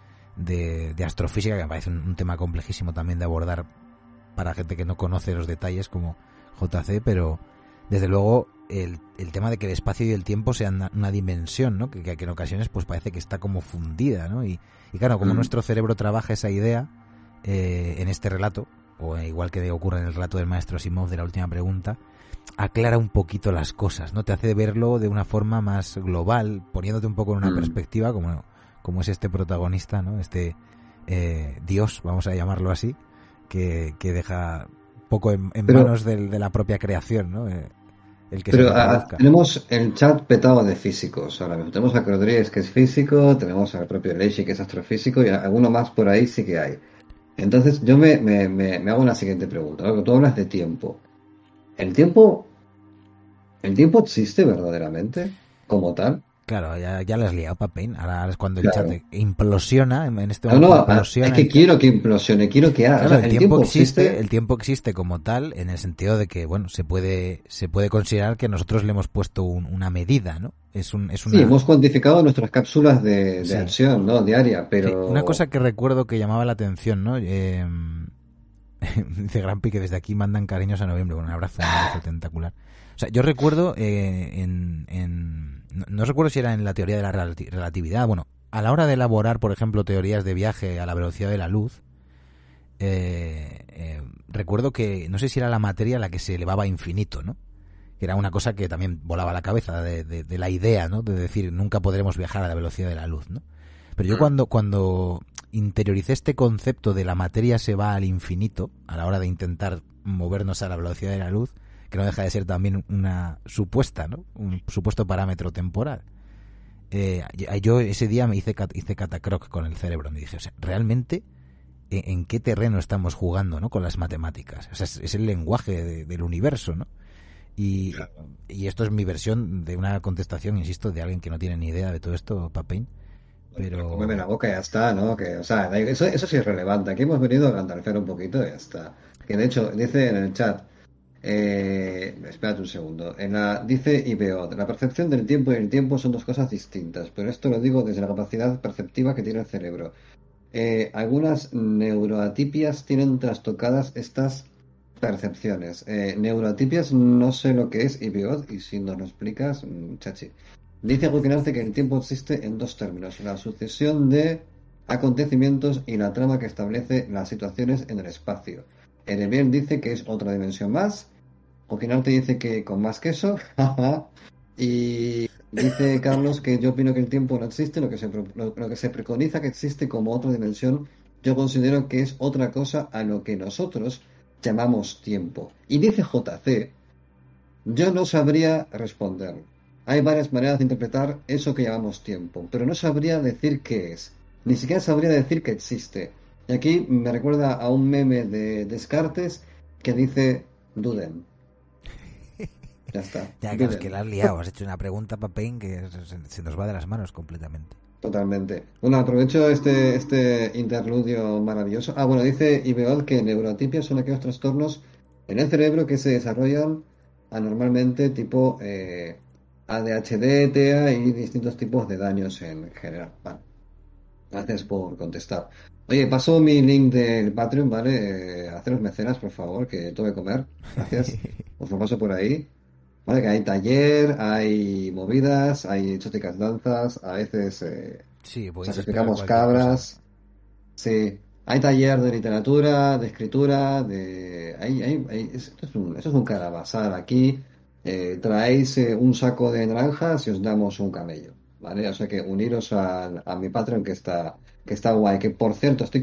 de astrofísica, que me parece un tema complejísimo también de abordar para gente que no conoce los detalles como JC, pero desde luego el tema de que el espacio y el tiempo sean una dimensión, ¿no? Que en ocasiones pues parece que está como fundida, ¿no? Y claro, como nuestro cerebro trabaja esa idea en este relato, o igual que ocurre en el relato del maestro Asimov de la última pregunta, aclara un poquito las cosas, ¿no? Te hace verlo de una forma más global, poniéndote un poco en una perspectiva como es este protagonista, ¿no? Este Dios, vamos a llamarlo así, que deja poco en manos de la propia creación, ¿no? El que pero se tenemos el chat petado de físicos ahora mismo. Tenemos a Rodríguez, que es físico, tenemos al propio Leishi, que es astrofísico, y alguno más por ahí sí que hay. Entonces yo me hago una siguiente pregunta, ¿no? Tú hablas de tiempo. ¿El tiempo existe verdaderamente como tal? Claro, ya la has liado, Papain. Ahora es cuando el Claro. chat implosiona, en este momento No, implosiona. es que quiero que implosione, quiero que haga. Claro, O sea, el tiempo existe. El tiempo existe como tal, en el sentido de que, bueno, se puede considerar que nosotros le hemos puesto una medida, ¿no? Es una... Sí, hemos cuantificado nuestras cápsulas de acción, ¿no? Diaria, pero... Sí, una cosa que recuerdo que llamaba la atención, ¿no? Dice Grampi que desde aquí mandan cariños a Noviembre. Bueno, un abrazo tentacular. O sea, yo recuerdo no recuerdo si era en la teoría de la relatividad. Bueno, a la hora de elaborar, por ejemplo, teorías de viaje a la velocidad de la luz, recuerdo que no sé si era la materia la que se elevaba a infinito, ¿no? Que era una cosa que también volaba a la cabeza de la idea, ¿no? De decir, nunca podremos viajar a la velocidad de la luz, ¿no? Pero yo cuando interioricé este concepto de la materia se va al infinito a la hora de intentar movernos a la velocidad de la luz, que no deja de ser también una supuesta, ¿no? Un supuesto parámetro temporal. Yo ese día me hice catacroc con el cerebro. Me dije, o sea, realmente, ¿en qué terreno estamos jugando, ¿no? Con las matemáticas? O sea, es el lenguaje del universo, ¿no? Y esto es mi versión de una contestación, insisto, de alguien que no tiene ni idea de todo esto, Papain. Pero... Cómeme la boca y ya está, ¿no? Que, o sea, eso sí es relevante. Aquí hemos venido a gandalfear un poquito y ya está. Que de hecho, dice en el chat, espérate un segundo, dice Ibeot, la percepción del tiempo y el tiempo son dos cosas distintas, pero esto lo digo desde la capacidad perceptiva que tiene el cerebro. Algunas neuroatipias tienen trastocadas estas percepciones. Neuroatipias no sé lo que es Ibeot, y si nos lo explicas, chachi. Dice Gukinarte que el tiempo existe en dos términos, la sucesión de acontecimientos y la trama que establece las situaciones en el espacio. Erebiel dice que es otra dimensión más. Gukinarte dice que con más queso. Y dice Carlos que yo opino que el tiempo no existe, lo que se preconiza que existe como otra dimensión, yo considero que es otra cosa a lo que nosotros llamamos tiempo. Y dice JC, yo no sabría responder. Hay varias maneras de interpretar eso que llamamos tiempo, pero no sabría decir qué es. Ni siquiera sabría decir que existe. Y aquí me recuerda a un meme de Descartes que dice duden. Ya está. Ya, claro, es que la has liado. Has hecho una pregunta, Papain, que se nos va de las manos completamente. Totalmente. Bueno, aprovecho este interludio maravilloso. Bueno, dice Ibeol que neuroatipias son aquellos trastornos en el cerebro que se desarrollan anormalmente, tipo ADHD, TEA y distintos tipos de daños en general. Vale. Gracias por contestar. Oye, paso mi link del Patreon, ¿vale? Haceros mecenas, por favor, que tengo que comer. Gracias. Os lo paso por ahí. Vale, que hay taller, hay movidas, hay chóticas danzas, a veces sí, sacrificamos cabras. Sí, Hay taller de literatura, de escritura, esto es un carabasal aquí. Traéis un saco de naranjas y os damos un camello, ¿vale? O sea que uniros a mi Patreon que está guay. Que por cierto, estoy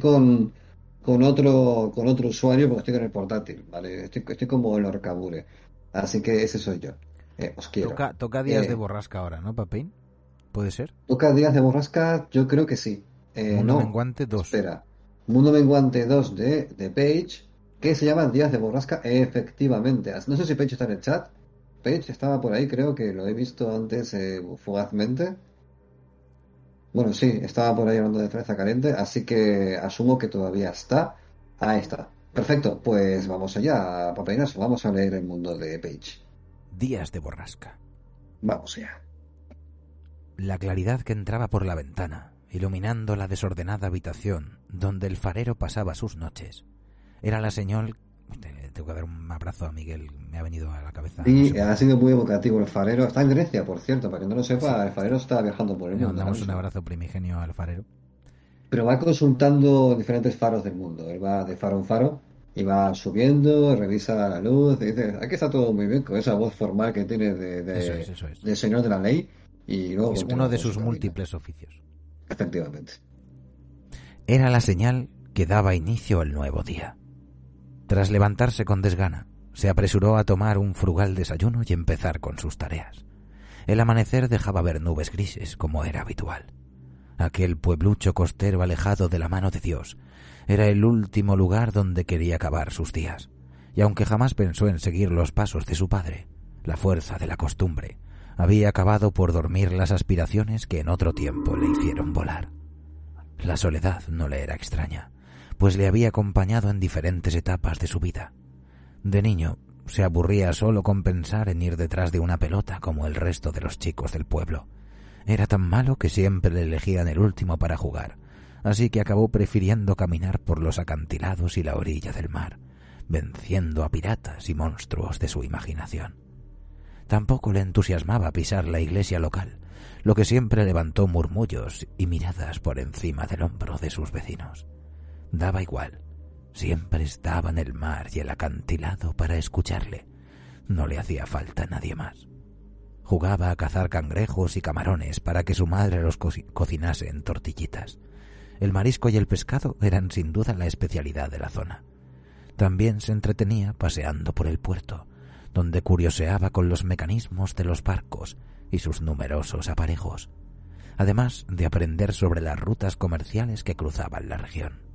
con otro usuario porque estoy con el portátil, ¿vale? Estoy como el Orcabure. Así que ese soy yo. Os quiero. Toca días de borrasca ahora, ¿no, Papain? ¿Puede ser? ¿Toca días de borrasca? Yo creo que sí. Mundo No, Menguante 2. espera. Mundo Menguante 2 de Page, que se llama Días de Borrasca, efectivamente. No sé si Page está en el chat. Page estaba por ahí, creo que lo he visto antes fugazmente. Bueno, sí, estaba por ahí hablando de Freza Caliente, así que asumo que todavía está. Ahí está. Perfecto, pues vamos allá, papainas, vamos a leer el mundo de Page. Días de borrasca. Vamos allá. La claridad que entraba por la ventana, iluminando la desordenada habitación donde el farero pasaba sus noches, era la señal... Tengo que dar un abrazo a Miguel, me ha venido a la cabeza. Sí, no sé ha sido muy evocativo el farero. Está en Grecia, por cierto, para que no lo sepa, sí. El farero está viajando por el Le mundo. mandamos un abrazo primigenio al farero. Pero va consultando diferentes faros del mundo. Él va de faro en faro y va subiendo, revisa la luz y dice, aquí está todo muy bien, con esa voz formal que tiene Eso es. de señor de la ley. Y luego es uno de sus múltiples oficios. Efectivamente. Era la señal que daba inicio al nuevo día. Tras levantarse con desgana, se apresuró a tomar un frugal desayuno y empezar con sus tareas. El amanecer dejaba ver nubes grises, como era habitual. Aquel pueblucho costero alejado de la mano de Dios era el último lugar donde quería acabar sus días, y aunque jamás pensó en seguir los pasos de su padre, la fuerza de la costumbre había acabado por dormir las aspiraciones que en otro tiempo le hicieron volar. La soledad no le era extraña, pues le había acompañado en diferentes etapas de su vida. De niño se aburría solo con pensar en ir detrás de una pelota como el resto de los chicos del pueblo. Era tan malo que siempre le elegían el último para jugar, así que acabó prefiriendo caminar por los acantilados y la orilla del mar, venciendo a piratas y monstruos de su imaginación. Tampoco le entusiasmaba pisar la iglesia local, lo que siempre levantó murmullos y miradas por encima del hombro de sus vecinos. Daba igual, siempre estaba en el mar y el acantilado para escucharle. No le hacía falta nadie más. Jugaba a cazar cangrejos y camarones para que su madre los cocinase en tortillitas. El marisco y el pescado eran sin duda la especialidad de la zona. También se entretenía paseando por el puerto, donde curioseaba con los mecanismos de los barcos y sus numerosos aparejos, además de aprender sobre las rutas comerciales que cruzaban la región.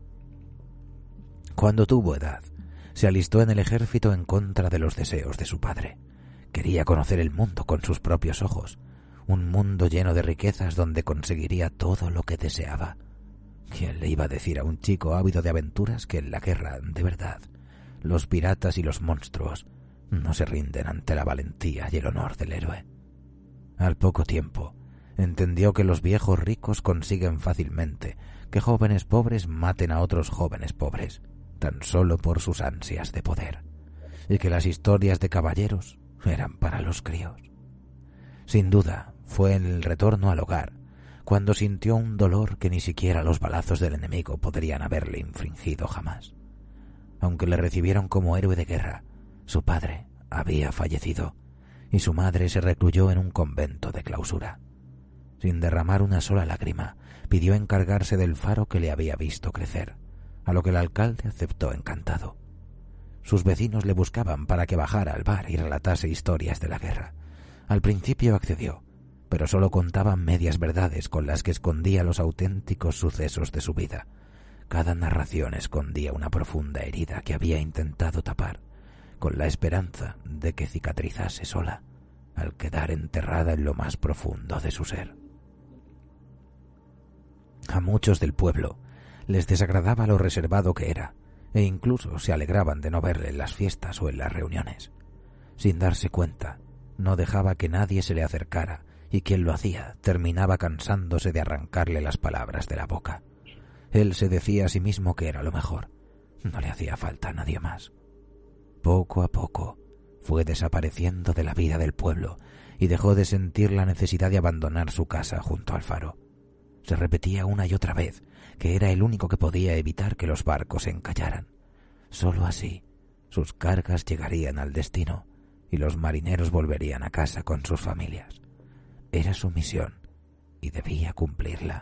Cuando tuvo edad, se alistó en el ejército en contra de los deseos de su padre. Quería conocer el mundo con sus propios ojos, un mundo lleno de riquezas donde conseguiría todo lo que deseaba. ¿Quién le iba a decir a un chico ávido de aventuras que en la guerra, de verdad, los piratas y los monstruos no se rinden ante la valentía y el honor del héroe? Al poco tiempo, entendió que los viejos ricos consiguen fácilmente que jóvenes pobres maten a otros jóvenes pobres, tan solo por sus ansias de poder, y que las historias de caballeros eran para los críos. Sin duda, fue en el retorno al hogar cuando sintió un dolor que ni siquiera los balazos del enemigo podrían haberle infringido jamás. Aunque le recibieron como héroe de guerra, su padre había fallecido y su madre se recluyó en un convento de clausura. Sin derramar una sola lágrima, pidió encargarse del faro que le había visto crecer, a lo que el alcalde aceptó encantado. Sus vecinos le buscaban para que bajara al bar y relatase historias de la guerra. Al principio accedió, pero solo contaba medias verdades con las que escondía los auténticos sucesos de su vida. Cada narración escondía una profunda herida que había intentado tapar, con la esperanza de que cicatrizase sola, al quedar enterrada en lo más profundo de su ser. A muchos del pueblo les desagradaba lo reservado que era, e incluso se alegraban de no verle en las fiestas o en las reuniones. Sin darse cuenta, no dejaba que nadie se le acercara, y quien lo hacía terminaba cansándose de arrancarle las palabras de la boca. Él se decía a sí mismo que era lo mejor. No le hacía falta a nadie más. Poco a poco fue desapareciendo de la vida del pueblo y dejó de sentir la necesidad de abandonar su casa junto al faro. Se repetía una y otra vez que era el único que podía evitar que los barcos se encallaran. Solo así sus cargas llegarían al destino y los marineros volverían a casa con sus familias. Era su misión y debía cumplirla.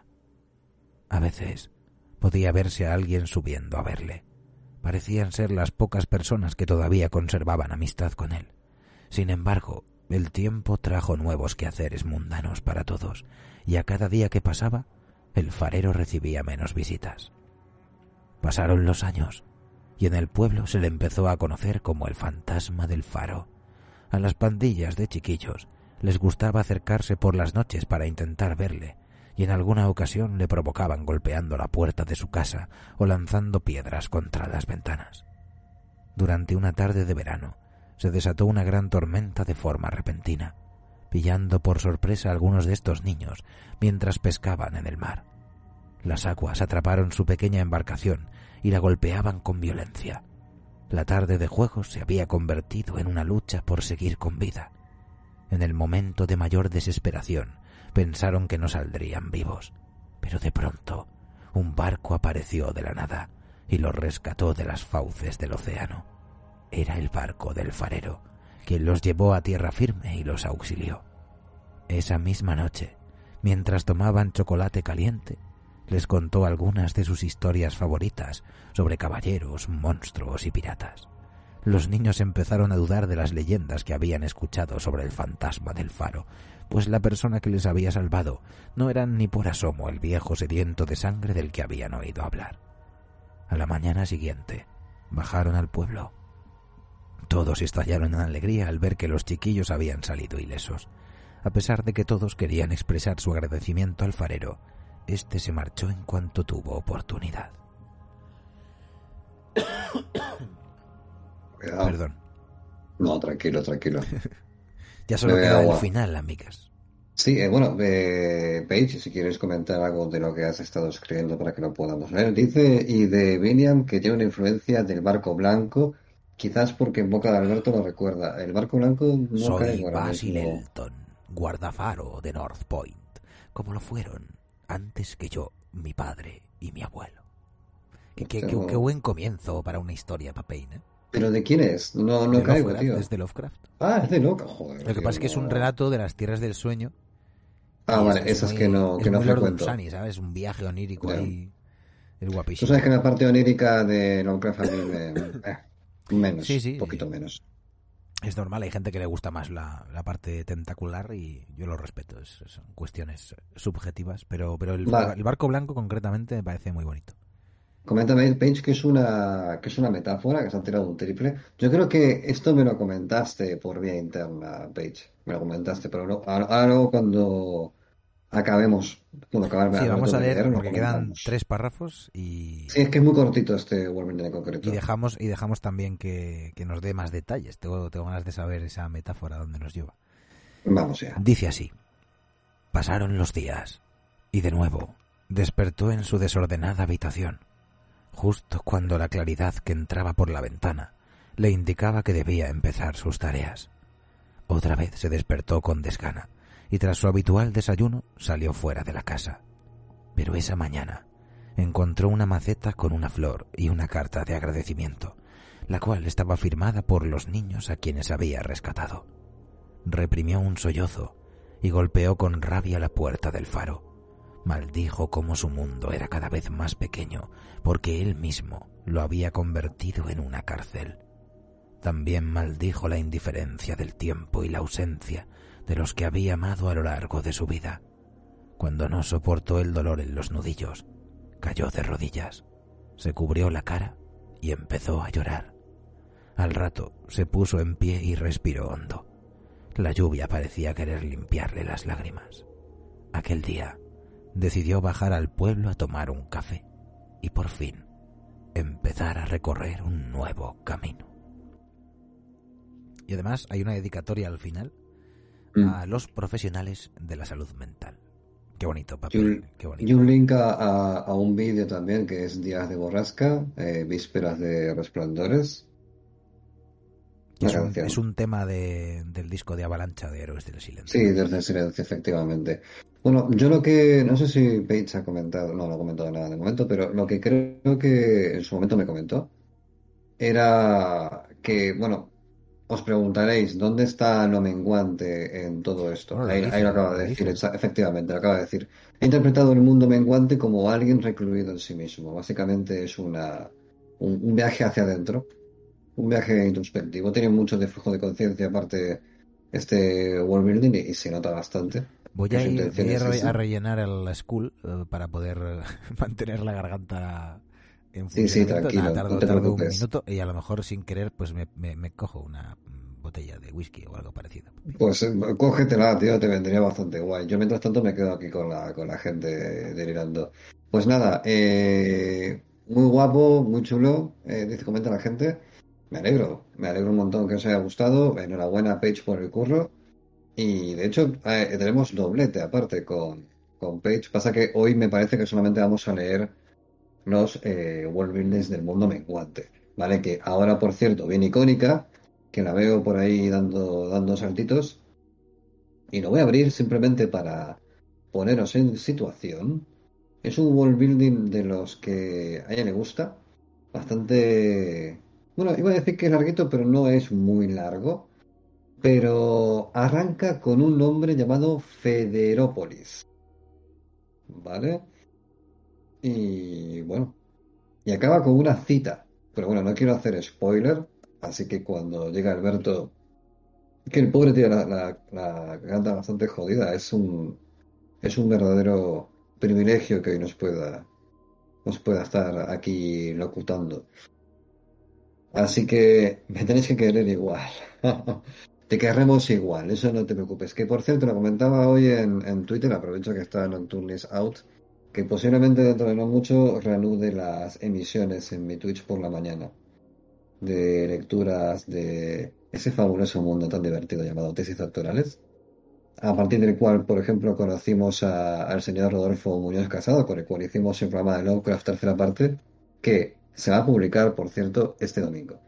A veces podía verse a alguien subiendo a verle. Parecían ser las pocas personas que todavía conservaban amistad con él. Sin embargo, el tiempo trajo nuevos quehaceres mundanos para todos, y a cada día que pasaba, el farero recibía menos visitas. Pasaron los años, y en el pueblo se le empezó a conocer como el fantasma del faro. A las pandillas de chiquillos les gustaba acercarse por las noches para intentar verle, y en alguna ocasión le provocaban golpeando la puerta de su casa o lanzando piedras contra las ventanas. Durante una tarde de verano se desató una gran tormenta de forma repentina, pillando por sorpresa a algunos de estos niños mientras pescaban en el mar. Las aguas atraparon su pequeña embarcación y la golpeaban con violencia. La tarde de juegos se había convertido en una lucha por seguir con vida. En el momento de mayor desesperación, pensaron que no saldrían vivos, pero de pronto un barco apareció de la nada y los rescató de las fauces del océano. Era el barco del farero, quien los llevó a tierra firme y los auxilió. Esa misma noche, mientras tomaban chocolate caliente, les contó algunas de sus historias favoritas sobre caballeros, monstruos y piratas. Los niños empezaron a dudar de las leyendas que habían escuchado sobre el fantasma del faro, pues la persona que les había salvado no era ni por asomo el viejo sediento de sangre del que habían oído hablar. A la mañana siguiente, bajaron al pueblo. Todos estallaron en alegría al ver que los chiquillos habían salido ilesos. A pesar de que todos querían expresar su agradecimiento al farero, este se marchó en cuanto tuvo oportunidad. Cuidado. Perdón. No, tranquilo. Ya solo queda el final, amigas. Sí, Paige, si quieres comentar algo de lo que has estado escribiendo para que lo podamos leer. Dice, y de Viniam, que tiene una influencia del barco blanco, quizás porque en boca de Alberto lo recuerda. El barco blanco no Soy caigo ahora Basil mismo. Elton, guardafaro de North Point, como lo fueron antes que yo, mi padre y mi abuelo. Qué buen comienzo para una historia, Papain, ¿eh? ¿Pero de quién es? No De caigo, Lovecraft, tío. es de Lovecraft. Ah, es de loca, joder. Lo que tío, pasa es que es un no. relato de las tierras del sueño. Ah, Y vale, esas muy- que no es muy Lord frecuento. Dunsany, ¿sabes? Un viaje onírico Ya. ahí. Es Tú guapísimo. sabes que la parte onírica de Lovecraft a mí menos, Sí, sí. un poquito menos. Es normal, hay gente que le gusta más la parte tentacular y yo lo respeto. Son cuestiones subjetivas, pero Va. el barco blanco concretamente me parece muy bonito. Coméntame, Paige, que es una metáfora, que se han tirado un triple. Yo creo que esto me lo comentaste por vía interna, Paige. Me lo comentaste, pero no, ahora luego cuando acabemos, cuando acabemos Sí, vamos a de leer leer, lo porque quedan comentamos. 3 párrafos y Sí, es que es muy cortito este Wolverine en concreto. dejamos también que nos dé más detalles. Tengo ganas de saber esa metáfora dónde nos lleva. Vamos ya. Dice así: pasaron los días y de nuevo despertó en su desordenada habitación, justo cuando la claridad que entraba por la ventana le indicaba que debía empezar sus tareas. Otra vez se despertó con desgana y tras su habitual desayuno salió fuera de la casa. Pero esa mañana encontró una maceta con una flor y una carta de agradecimiento, la cual estaba firmada por los niños a quienes había rescatado. Reprimió un sollozo y golpeó con rabia la puerta del faro. Maldijo cómo su mundo era cada vez más pequeño, porque él mismo lo había convertido en una cárcel. También maldijo la indiferencia del tiempo y la ausencia de los que había amado a lo largo de su vida. Cuando no soportó el dolor en los nudillos, cayó de rodillas, se cubrió la cara y empezó a llorar. Al rato se puso en pie y respiró hondo. La lluvia parecía querer limpiarle las lágrimas. Aquel día decidió bajar al pueblo a tomar un café y por fin empezar a recorrer un nuevo camino. Y además hay una dedicatoria al final a los profesionales de la salud mental. Qué bonito, papel, qué bonito. Y un link a un vídeo también que es Días de Borrasca, Vísperas de Resplandores. Es un tema del disco de Avalancha de Héroes del Silencio. Sí, desde el silencio, efectivamente. Bueno, yo lo que, no sé si Page ha comentado, no ha comentado nada de momento, pero lo que creo que en su momento me comentó era que, bueno, os preguntaréis, ¿dónde está lo menguante en todo esto? Bueno, Ahí lo acaba de decir, dice. efectivamente, lo acaba de decir. He interpretado el mundo menguante como alguien recluido en sí mismo. Básicamente es un viaje hacia adentro, un viaje introspectivo. Tiene mucho de flujo de conciencia, aparte este world building, y se nota bastante. Voy Que a su ir intención es esa. a rellenar el school para poder mantener la garganta en Sí, sí, funcionamiento. Nada, tranquilo, no te tardo un preocupes. minuto y a lo mejor sin querer pues me cojo una botella de whisky o algo parecido. Pues cógetela, tío, te vendría bastante guay. Yo mientras tanto me quedo aquí con la gente delirando. Pues nada, muy guapo, muy chulo, dice, comenta la gente. Me alegro un montón que os haya gustado. Enhorabuena, Paige, por el curro. Y de hecho, tenemos doblete aparte con Paige. Pasa que hoy me parece que solamente vamos a leer los world buildings del mundo menguante. ¿Vale? Que ahora, por cierto, bien icónica, que la veo por ahí dando saltitos. Y lo voy a abrir simplemente para poneros en situación. Es un world building de los que a ella le gusta. Bastante... Bueno, iba a decir que es larguito, pero no es muy largo. Pero arranca con un nombre llamado Federópolis. ¿Vale? Y bueno, y acaba con una cita. Pero bueno, no quiero hacer spoiler. Así que cuando llega Alberto, que el pobre tiene la garganta bastante jodida, es un verdadero privilegio que hoy nos pueda estar aquí locutando. Así que me tenéis que querer igual. Te querremos igual, eso no te preocupes. Que por cierto, lo comentaba hoy en Twitter, aprovecho que está Nocturnis Out, que posiblemente dentro de no mucho reanude las emisiones en mi Twitch por la mañana de lecturas de ese fabuloso mundo tan divertido llamado tesis doctorales, a partir del cual, por ejemplo, conocimos al señor Rodolfo Muñoz Casado, con el cual hicimos el programa de Lovecraft tercera parte, que se va a publicar, por cierto, este domingo.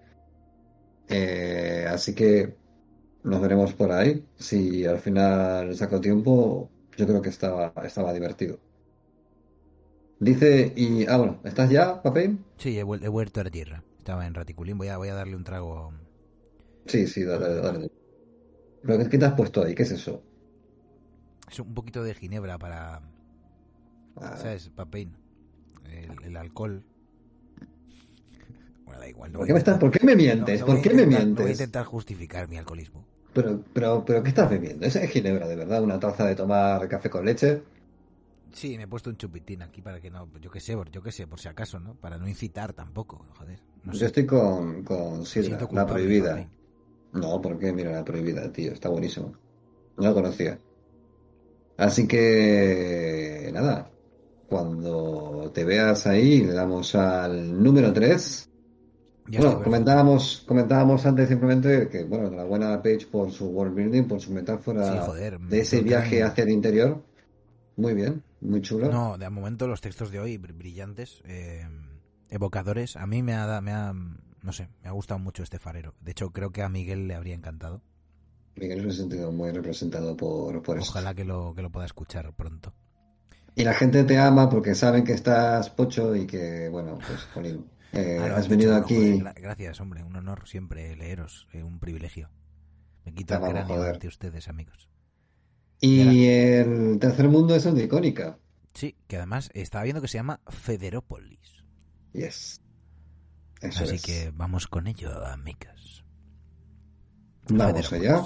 Así que nos veremos por ahí. Si al final saco tiempo, yo creo que estaba divertido. Dice, bueno, ¿estás ya, papel? Sí, he vuelto a la tierra. Estaba en Raticulín, voy a darle un trago. Sí, sí, dale. ¿Pero qué te has puesto ahí? ¿Qué es eso? Es un poquito de ginebra para... ¿Sabes? Papein. El alcohol. Bueno, da igual. ¿Por qué me mientes? ¿Por qué me mientes? No voy a intentar justificar mi alcoholismo. Pero, ¿qué estás bebiendo? ¿Esa es ginebra, de verdad? ¿Una taza de tomar café con leche? Sí, me he puesto un chupitín aquí para que no... Yo qué sé, por si acaso, ¿no? Para no incitar tampoco, joder. No sé. Yo estoy con Sidra, la prohibida. Papein. No, ¿por qué? Mira, la prohibida, tío. Está buenísimo. No la conocía. Así que... Nada. Cuando te veas ahí, le damos al número 3. Bueno, comentábamos antes simplemente que, bueno, enhorabuena a Page por su world building, por su metáfora Sí, joder, de ese viaje hacia el interior. Muy bien, muy chulo. No, de momento los textos de hoy brillantes, evocadores. A mí no sé, me ha gustado mucho este farero. De hecho, creo que a Miguel le habría encantado. Miguel se ha sentido muy representado por esto. Ojalá que lo pueda escuchar pronto. Y la gente te ama porque saben que estás pocho y que, bueno, pues, jolín, has venido aquí. Joder, gracias, hombre, un honor siempre leeros, un privilegio. Me quito el cráneo Joder. ante ustedes, amigos. Y el tercer mundo es el de Icónica. Sí, que además estaba viendo que se llama Federópolis. Yes. Así que vamos con ello, amigos. Vamos allá.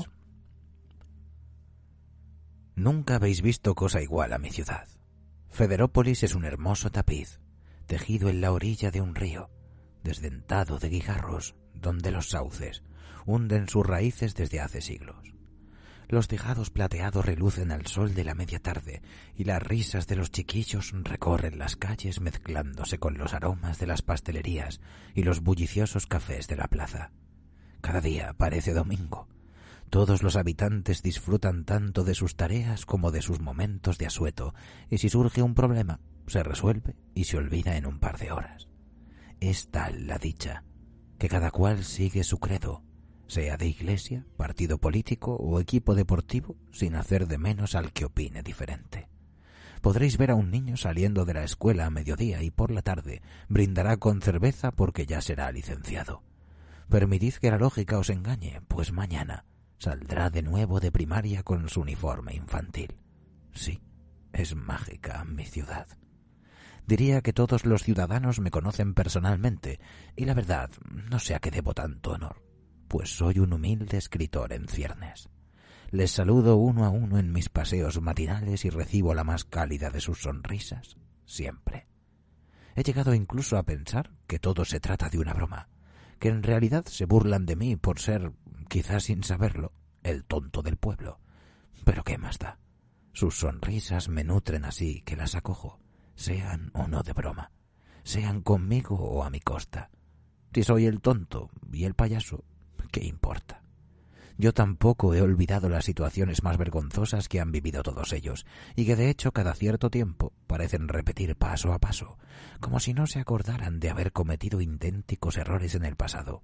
Nunca habéis visto cosa igual a mi ciudad. Federópolis es un hermoso tapiz, tejido en la orilla de un río, desdentado de guijarros, donde los sauces hunden sus raíces desde hace siglos. Los tejados plateados relucen al sol de la media tarde y las risas de los chiquillos recorren las calles mezclándose con los aromas de las pastelerías y los bulliciosos cafés de la plaza. Cada día parece domingo. Todos los habitantes disfrutan tanto de sus tareas como de sus momentos de asueto, y si surge un problema, se resuelve y se olvida en un par de horas. Es tal la dicha, que cada cual sigue su credo, sea de iglesia, partido político o equipo deportivo, sin hacer de menos al que opine diferente. Podréis ver a un niño saliendo de la escuela a mediodía y por la tarde brindará con cerveza porque ya será licenciado. Permitid que la lógica os engañe, pues mañana saldrá de nuevo de primaria con su uniforme infantil. Sí, es mágica mi ciudad. Diría que todos los ciudadanos me conocen personalmente y la verdad no sé a qué debo tanto honor, pues soy un humilde escritor en ciernes. Les saludo uno a uno en mis paseos matinales y recibo la más cálida de sus sonrisas, siempre. He llegado incluso a pensar que todo se trata de una broma, que en realidad se burlan de mí por ser, quizás sin saberlo, el tonto del pueblo. Pero ¿qué más da? Sus sonrisas me nutren así que las acojo, sean o no de broma, sean conmigo o a mi costa. Si soy el tonto y el payaso, ¿qué importa? Yo tampoco he olvidado las situaciones más vergonzosas que han vivido todos ellos, y que de hecho cada cierto tiempo parecen repetir paso a paso, como si no se acordaran de haber cometido idénticos errores en el pasado.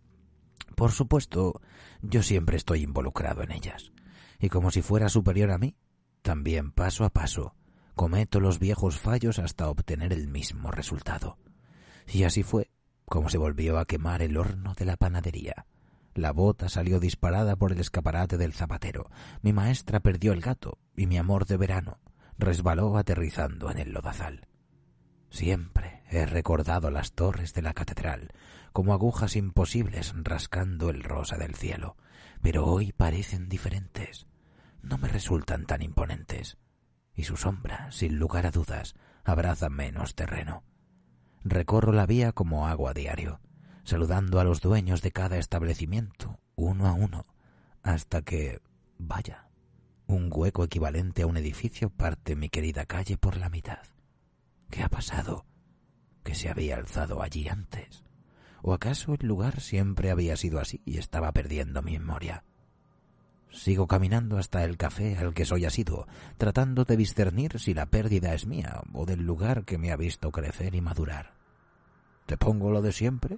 Por supuesto, yo siempre estoy involucrado en ellas, y como si fuera superior a mí, también paso a paso cometo los viejos fallos hasta obtener el mismo resultado. Y así fue como se volvió a quemar el horno de la panadería. La bota salió disparada por el escaparate del zapatero, mi maestra perdió el gato y mi amor de verano resbaló aterrizando en el lodazal. Siempre he recordado las torres de la catedral como agujas imposibles rascando el rosa del cielo, pero hoy parecen diferentes. No me resultan tan imponentes, y su sombra, sin lugar a dudas, abraza menos terreno. Recorro la vía como hago a diario, saludando a los dueños de cada establecimiento, uno a uno, hasta que, vaya, un hueco equivalente a un edificio parte mi querida calle por la mitad. ¿Qué ha pasado? ¿Que se había alzado allí antes? ¿O acaso el lugar siempre había sido así y estaba perdiendo mi memoria? Sigo caminando hasta el café al que soy asiduo, tratando de discernir si la pérdida es mía o del lugar que me ha visto crecer y madurar. ¿Te pongo lo de siempre?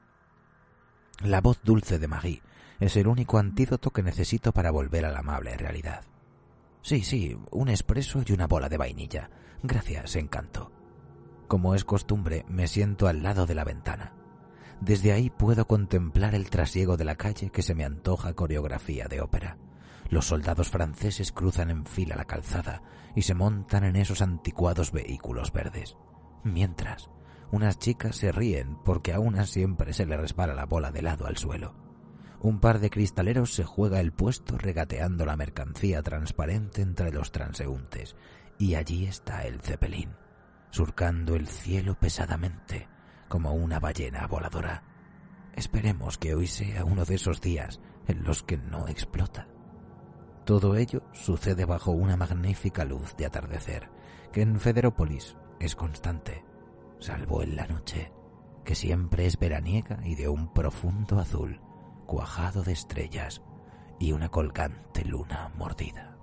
La voz dulce de Marie es el único antídoto que necesito para volver a la amable realidad. Sí, un espresso y una bola de vainilla. Gracias, encanto. Como es costumbre, me siento al lado de la ventana. Desde ahí puedo contemplar el trasiego de la calle que se me antoja coreografía de ópera. Los soldados franceses cruzan en fila la calzada y se montan en esos anticuados vehículos verdes. Mientras, unas chicas se ríen porque a una siempre se le resbala la bola de lado al suelo. Un par de cristaleros se juega el puesto regateando la mercancía transparente entre los transeúntes. Y allí está el Zeppelin, surcando el cielo pesadamente, como una ballena voladora. Esperemos que hoy sea uno de esos días en los que no explota. Todo ello sucede bajo una magnífica luz de atardecer, que en Federópolis es constante, salvo en la noche, que siempre es veraniega y de un profundo azul, cuajado de estrellas y una colgante luna mordida.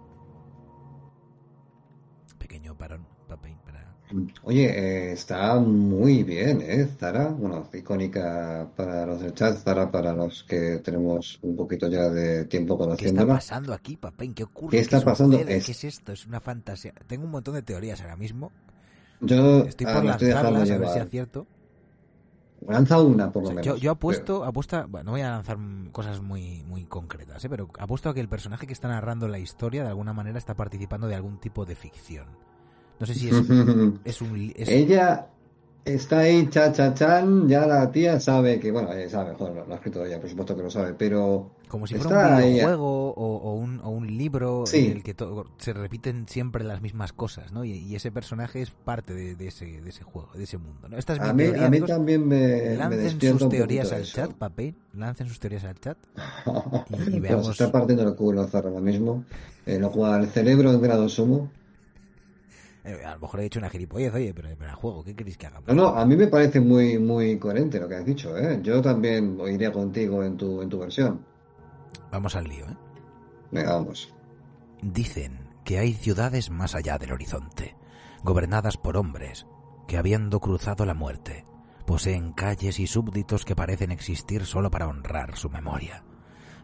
Pequeño parón, papel para... Oye, está muy bien, Zara. Bueno, icónica para los del chat, Zara para los que tenemos un poquito ya de tiempo ¿Qué está conociéndola. pasando aquí, Papen? ¿Qué ocurre? ¿Qué está pasando? ¿Qué es esto? Es una fantasía. Tengo un montón de teorías ahora mismo. Yo Estoy por me estoy dejando lanzarlas, a ver si llevar. acierto. Lanza una, por O lo sea, menos. yo apuesto, bueno, no voy a lanzar cosas muy concretas, pero apuesto a que el personaje que está narrando la historia de alguna manera está participando de algún tipo de ficción. No sé si Ella está ahí, chan, ya la tía sabe que, bueno, ella sabe, mejor lo ha escrito ella, por supuesto que lo sabe, pero como si está fuera un ahí. videojuego o un libro Sí. en el que se repiten siempre las mismas cosas, ¿no? Y ese personaje es parte de ese juego, de ese mundo, ¿no? Esta es mi teoría, A mí amigos. también me Lancen despierta sus un teorías poquito al eso. chat, Papen. Lancen sus teorías al chat y Pero se veamos. está partiendo el culo Zara ahora mismo, lo cual el cerebro en grado sumo. A lo mejor he hecho una gilipollez, oye, pero el juego, ¿qué queréis que hagamos? No, a mí me parece muy coherente lo que has dicho, ¿eh? Yo también iría contigo en tu versión. Vamos al lío, ¿eh? Venga, vamos. Dicen que hay ciudades más allá del horizonte, gobernadas por hombres, que habiendo cruzado la muerte, poseen calles y súbditos que parecen existir solo para honrar su memoria.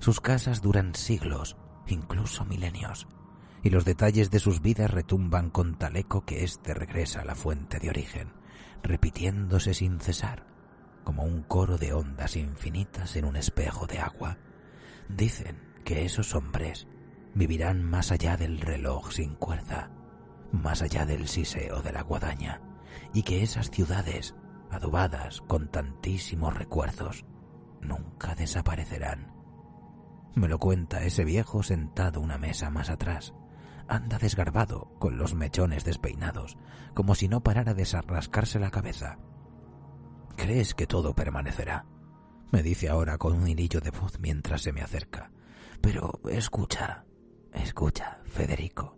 Sus casas duran siglos, incluso milenios, y los detalles de sus vidas retumban con tal eco que éste regresa a la fuente de origen, repitiéndose sin cesar, como un coro de ondas infinitas en un espejo de agua. Dicen que esos hombres vivirán más allá del reloj sin cuerda, más allá del siseo de la guadaña, y que esas ciudades, adobadas con tantísimos recuerdos, nunca desaparecerán. Me lo cuenta ese viejo sentado una mesa más atrás. Anda desgarbado, con los mechones despeinados, como si no parara de rascarse la cabeza. ¿Crees que todo permanecerá?, me dice ahora con un hilillo de voz mientras se me acerca. Pero escucha, Federico.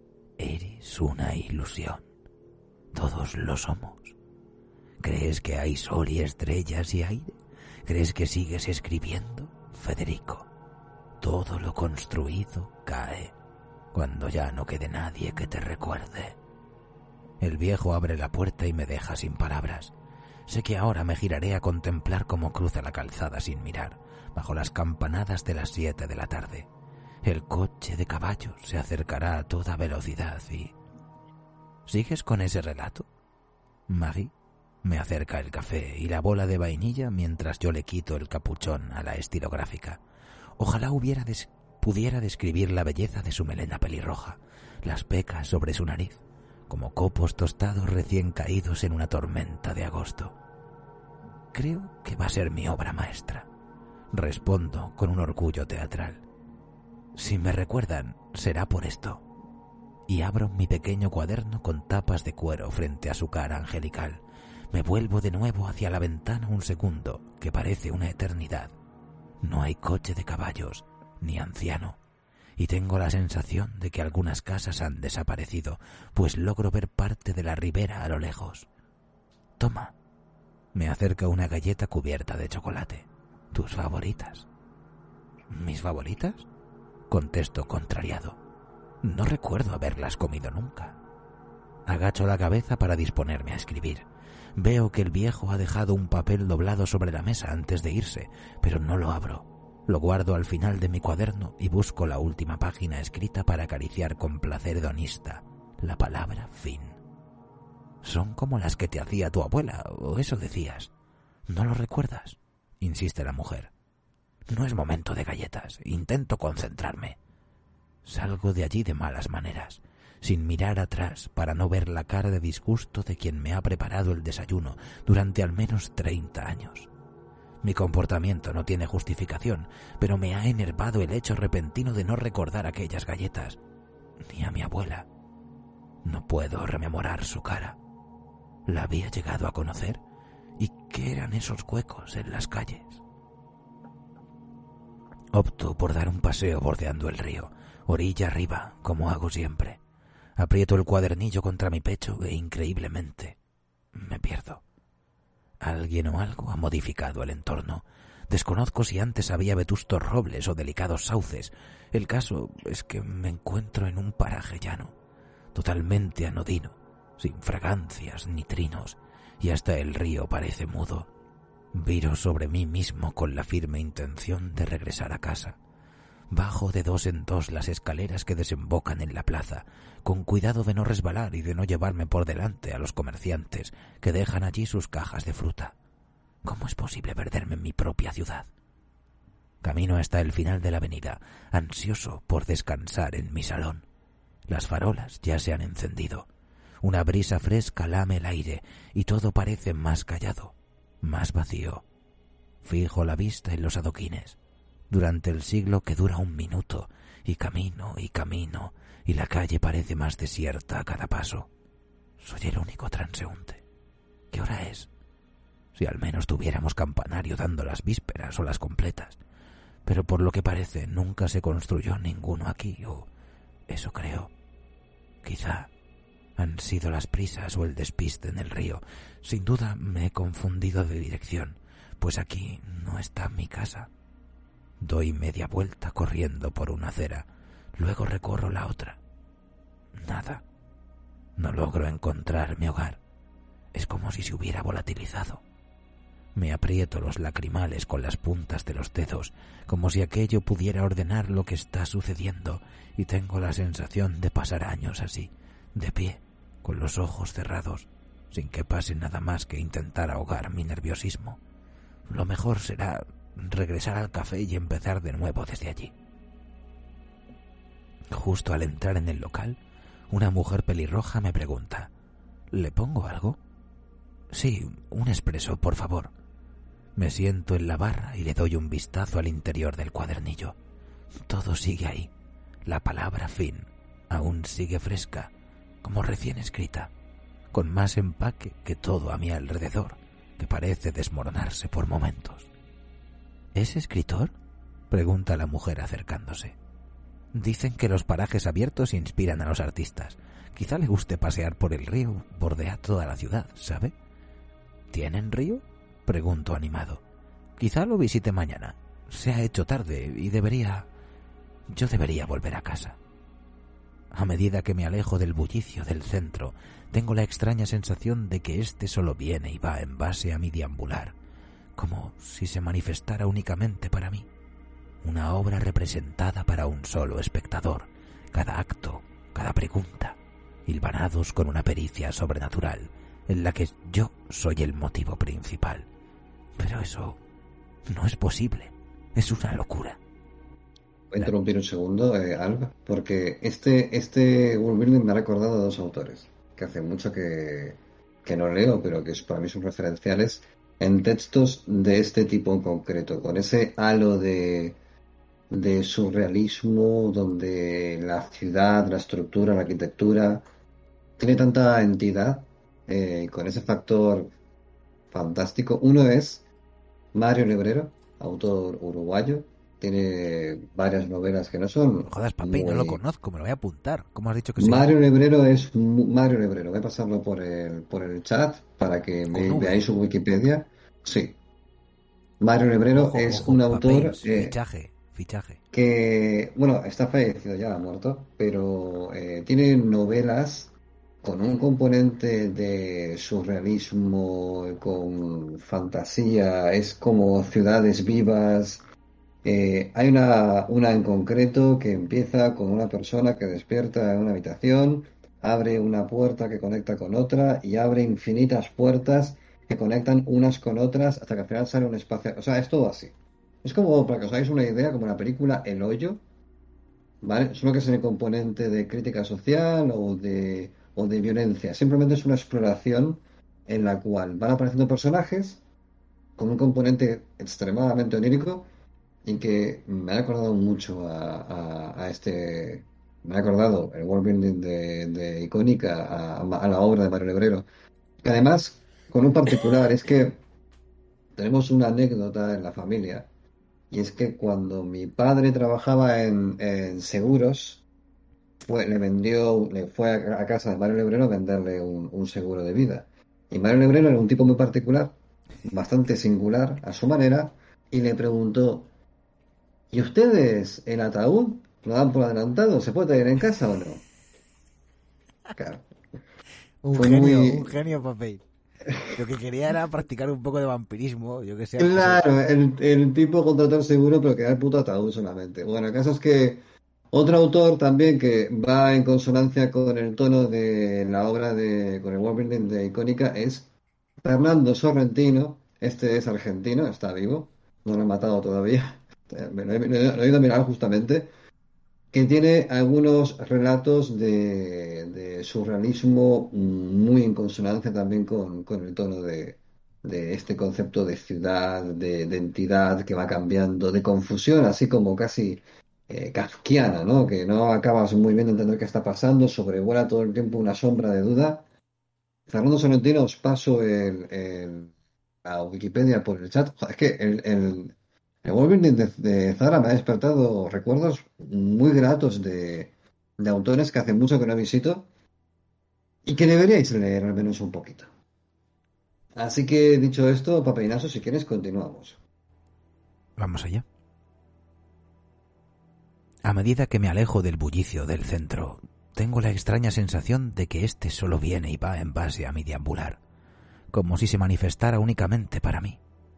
Eres una ilusión. Todos lo somos. ¿Crees que hay sol y estrellas y aire? ¿Crees que sigues escribiendo, Federico? Todo lo construido cae cuando ya no quede nadie que te recuerde. El viejo abre la puerta y me deja sin palabras. Sé que ahora me giraré a contemplar cómo cruza la calzada sin mirar, bajo las campanadas de las 7 de la tarde. El coche de caballos se acercará a toda velocidad y... ¿Sigues con ese relato, Marie? Me acerca el café y la bola de vainilla mientras yo le quito el capuchón a la estilográfica. Ojalá pudiera describir la belleza de su melena pelirroja, las pecas sobre su nariz, como copos tostados recién caídos en una tormenta de agosto. Creo que va a ser mi obra maestra, respondo con un orgullo teatral. Si me recuerdan, será por esto. Y abro mi pequeño cuaderno con tapas de cuero frente a su cara angelical. Me vuelvo de nuevo hacia la ventana un segundo, que parece una eternidad. No hay coche de caballos, ni anciano, y tengo la sensación de que algunas casas han desaparecido, pues logro ver parte de la ribera a lo lejos. Toma. Me acerca una galleta cubierta de chocolate. ¿Tus favoritas? ¿Mis favoritas?, contesto contrariado. No recuerdo haberlas comido nunca. Agacho la cabeza para disponerme a escribir. Veo que el viejo ha dejado un papel doblado sobre la mesa antes de irse, pero no lo abro. Lo guardo al final de mi cuaderno y busco la última página escrita para acariciar con placer hedonista la palabra fin. Son como las que te hacía tu abuela, o eso decías. ¿No lo recuerdas?, insiste la mujer. No es momento de galletas, intento concentrarme. Salgo de allí de malas maneras, sin mirar atrás para no ver la cara de disgusto de quien me ha preparado el desayuno durante al menos 30 años. Mi comportamiento no tiene justificación, pero me ha enervado el hecho repentino de no recordar aquellas galletas, ni a mi abuela. No puedo rememorar su cara. ¿La había llegado a conocer? ¿Y qué eran esos huecos en las calles? Opto por dar un paseo bordeando el río, orilla arriba, como hago siempre. Aprieto el cuadernillo contra mi pecho e, increíblemente, me pierdo. Alguien o algo ha modificado el entorno. Desconozco si antes había vetustos robles o delicados sauces. El caso es que me encuentro en un paraje llano, totalmente anodino, sin fragancias ni trinos, y hasta el río parece mudo. Viro sobre mí mismo con la firme intención de regresar a casa. Bajo de 2 en 2 las escaleras que desembocan en la plaza, con cuidado de no resbalar y de no llevarme por delante a los comerciantes que dejan allí sus cajas de fruta. ¿Cómo es posible perderme en mi propia ciudad? Camino hasta el final de la avenida, ansioso por descansar en mi salón. Las farolas ya se han encendido. Una brisa fresca lame el aire y todo parece más callado, más vacío. Fijo la vista en los adoquines. Durante el siglo que dura 1 minuto, y camino, y la calle parece más desierta a cada paso. Soy el único transeúnte. ¿Qué hora es? Si al menos tuviéramos campanario dando las vísperas o las completas. Pero por lo que parece nunca se construyó ninguno aquí, o eso creo. Quizá han sido las prisas o el despiste en el río. Sin duda me he confundido de dirección, pues aquí no está mi casa. Doy media vuelta corriendo por una acera, luego recorro la otra. Nada. No logro encontrar mi hogar. Es como si se hubiera volatilizado. Me aprieto los lacrimales con las puntas de los dedos, como si aquello pudiera ordenar lo que está sucediendo, y tengo la sensación de pasar años así, de pie, con los ojos cerrados, sin que pase nada más que intentar ahogar mi nerviosismo. Lo mejor será regresar al café y empezar de nuevo desde allí. Justo al entrar en el local, una mujer pelirroja me pregunta: ¿le pongo algo? Sí, un expreso, por favor. Me siento en la barra y le doy un vistazo al interior del cuadernillo. Todo sigue ahí. La palabra fin aún sigue fresca, como recién escrita, con más empaque que todo a mi alrededor, que parece desmoronarse por momentos. ¿Es escritor?, pregunta la mujer acercándose. Dicen que los parajes abiertos inspiran a los artistas. Quizá le guste pasear por el río, bordea toda la ciudad, ¿sabe? ¿Tienen río?, pregunto animado. Quizá lo visite mañana. Se ha hecho tarde y yo debería volver a casa. A medida que me alejo del bullicio del centro, tengo la extraña sensación de que este solo viene y va en base a mi deambular, como si se manifestara únicamente para mí. Una obra representada para un solo espectador, cada acto, cada pregunta, hilvanados con una pericia sobrenatural, en la que yo soy el motivo principal. Pero eso no es posible, es una locura. Voy a interrumpir un segundo, Alba, porque este world building me ha recordado a dos autores que hace mucho que no leo, pero que para mí son referenciales en textos de este tipo en concreto, con ese halo de surrealismo, donde la ciudad, la estructura, la arquitectura tiene tanta entidad, con ese factor fantástico. Uno es Mario Lebrero, autor uruguayo. Tiene varias novelas que no son... No jodas, papi, no lo conozco, me lo voy a apuntar. ¿Cómo has dicho que se llama? Mario Lebrero es Mario Lebrero. Voy a pasarlo por el chat para que veáis su Wikipedia. Sí. Mario Lebrero es un autor... Fichaje. Que, bueno, está fallecido ya, ha muerto, pero tiene novelas con un componente de surrealismo, con fantasía, es como ciudades vivas. Hay una en concreto que empieza con una persona que despierta en una habitación, abre una puerta que conecta con otra y abre infinitas puertas que conectan unas con otras hasta que al final sale un espacio. O sea, es todo así. Es como, para que os hagáis una idea, como la película El Hoyo, ¿vale? Solo que es en el componente de crítica social o de violencia. Simplemente es una exploración en la cual van apareciendo personajes con un componente extremadamente onírico y que me ha recordado mucho a este... Me ha recordado el world building de Icónica a la obra de Mario Lebrero. Que además, con un particular, es que tenemos una anécdota en la familia. Y es que cuando mi padre trabajaba en seguros, le fue a casa de Mario Lebrero a venderle un seguro de vida. Y Mario Lebrero era un tipo muy particular, bastante singular a su manera, y le preguntó: ¿y ustedes el ataúd lo dan por adelantado? ¿Se puede tener en casa o no? Claro. Un genio, papel. Lo que quería era practicar un poco de vampirismo, yo que sé. Claro, el tipo contrató el seguro, pero queda el puto ataúd solamente. Bueno, el caso es que otro autor también que va en consonancia con el tono de la obra con el world building de Icónica es Fernando Sorrentino. Este es argentino, está vivo, no lo han matado todavía. Lo he ido a mirar justamente. Que tiene algunos relatos de surrealismo muy en consonancia también con el tono de este concepto de ciudad, de entidad que va cambiando, de confusión, así como casi kafkiana, ¿no? Que no acabas muy bien de entender qué está pasando, sobrevuela todo el tiempo una sombra de duda. Fernando Sorrentino, os paso la Wikipedia por el chat. Joder, es que el world building de Zara me ha despertado recuerdos muy gratos de autores que hace mucho que no visito y que deberíais leer al menos un poquito. Así que, dicho esto, Papeinazo, si quieres, continuamos. Vamos allá. A medida que me alejo del bullicio del centro, tengo la extraña sensación de que este solo viene y va en base a mi deambular, como si se manifestara únicamente para mí.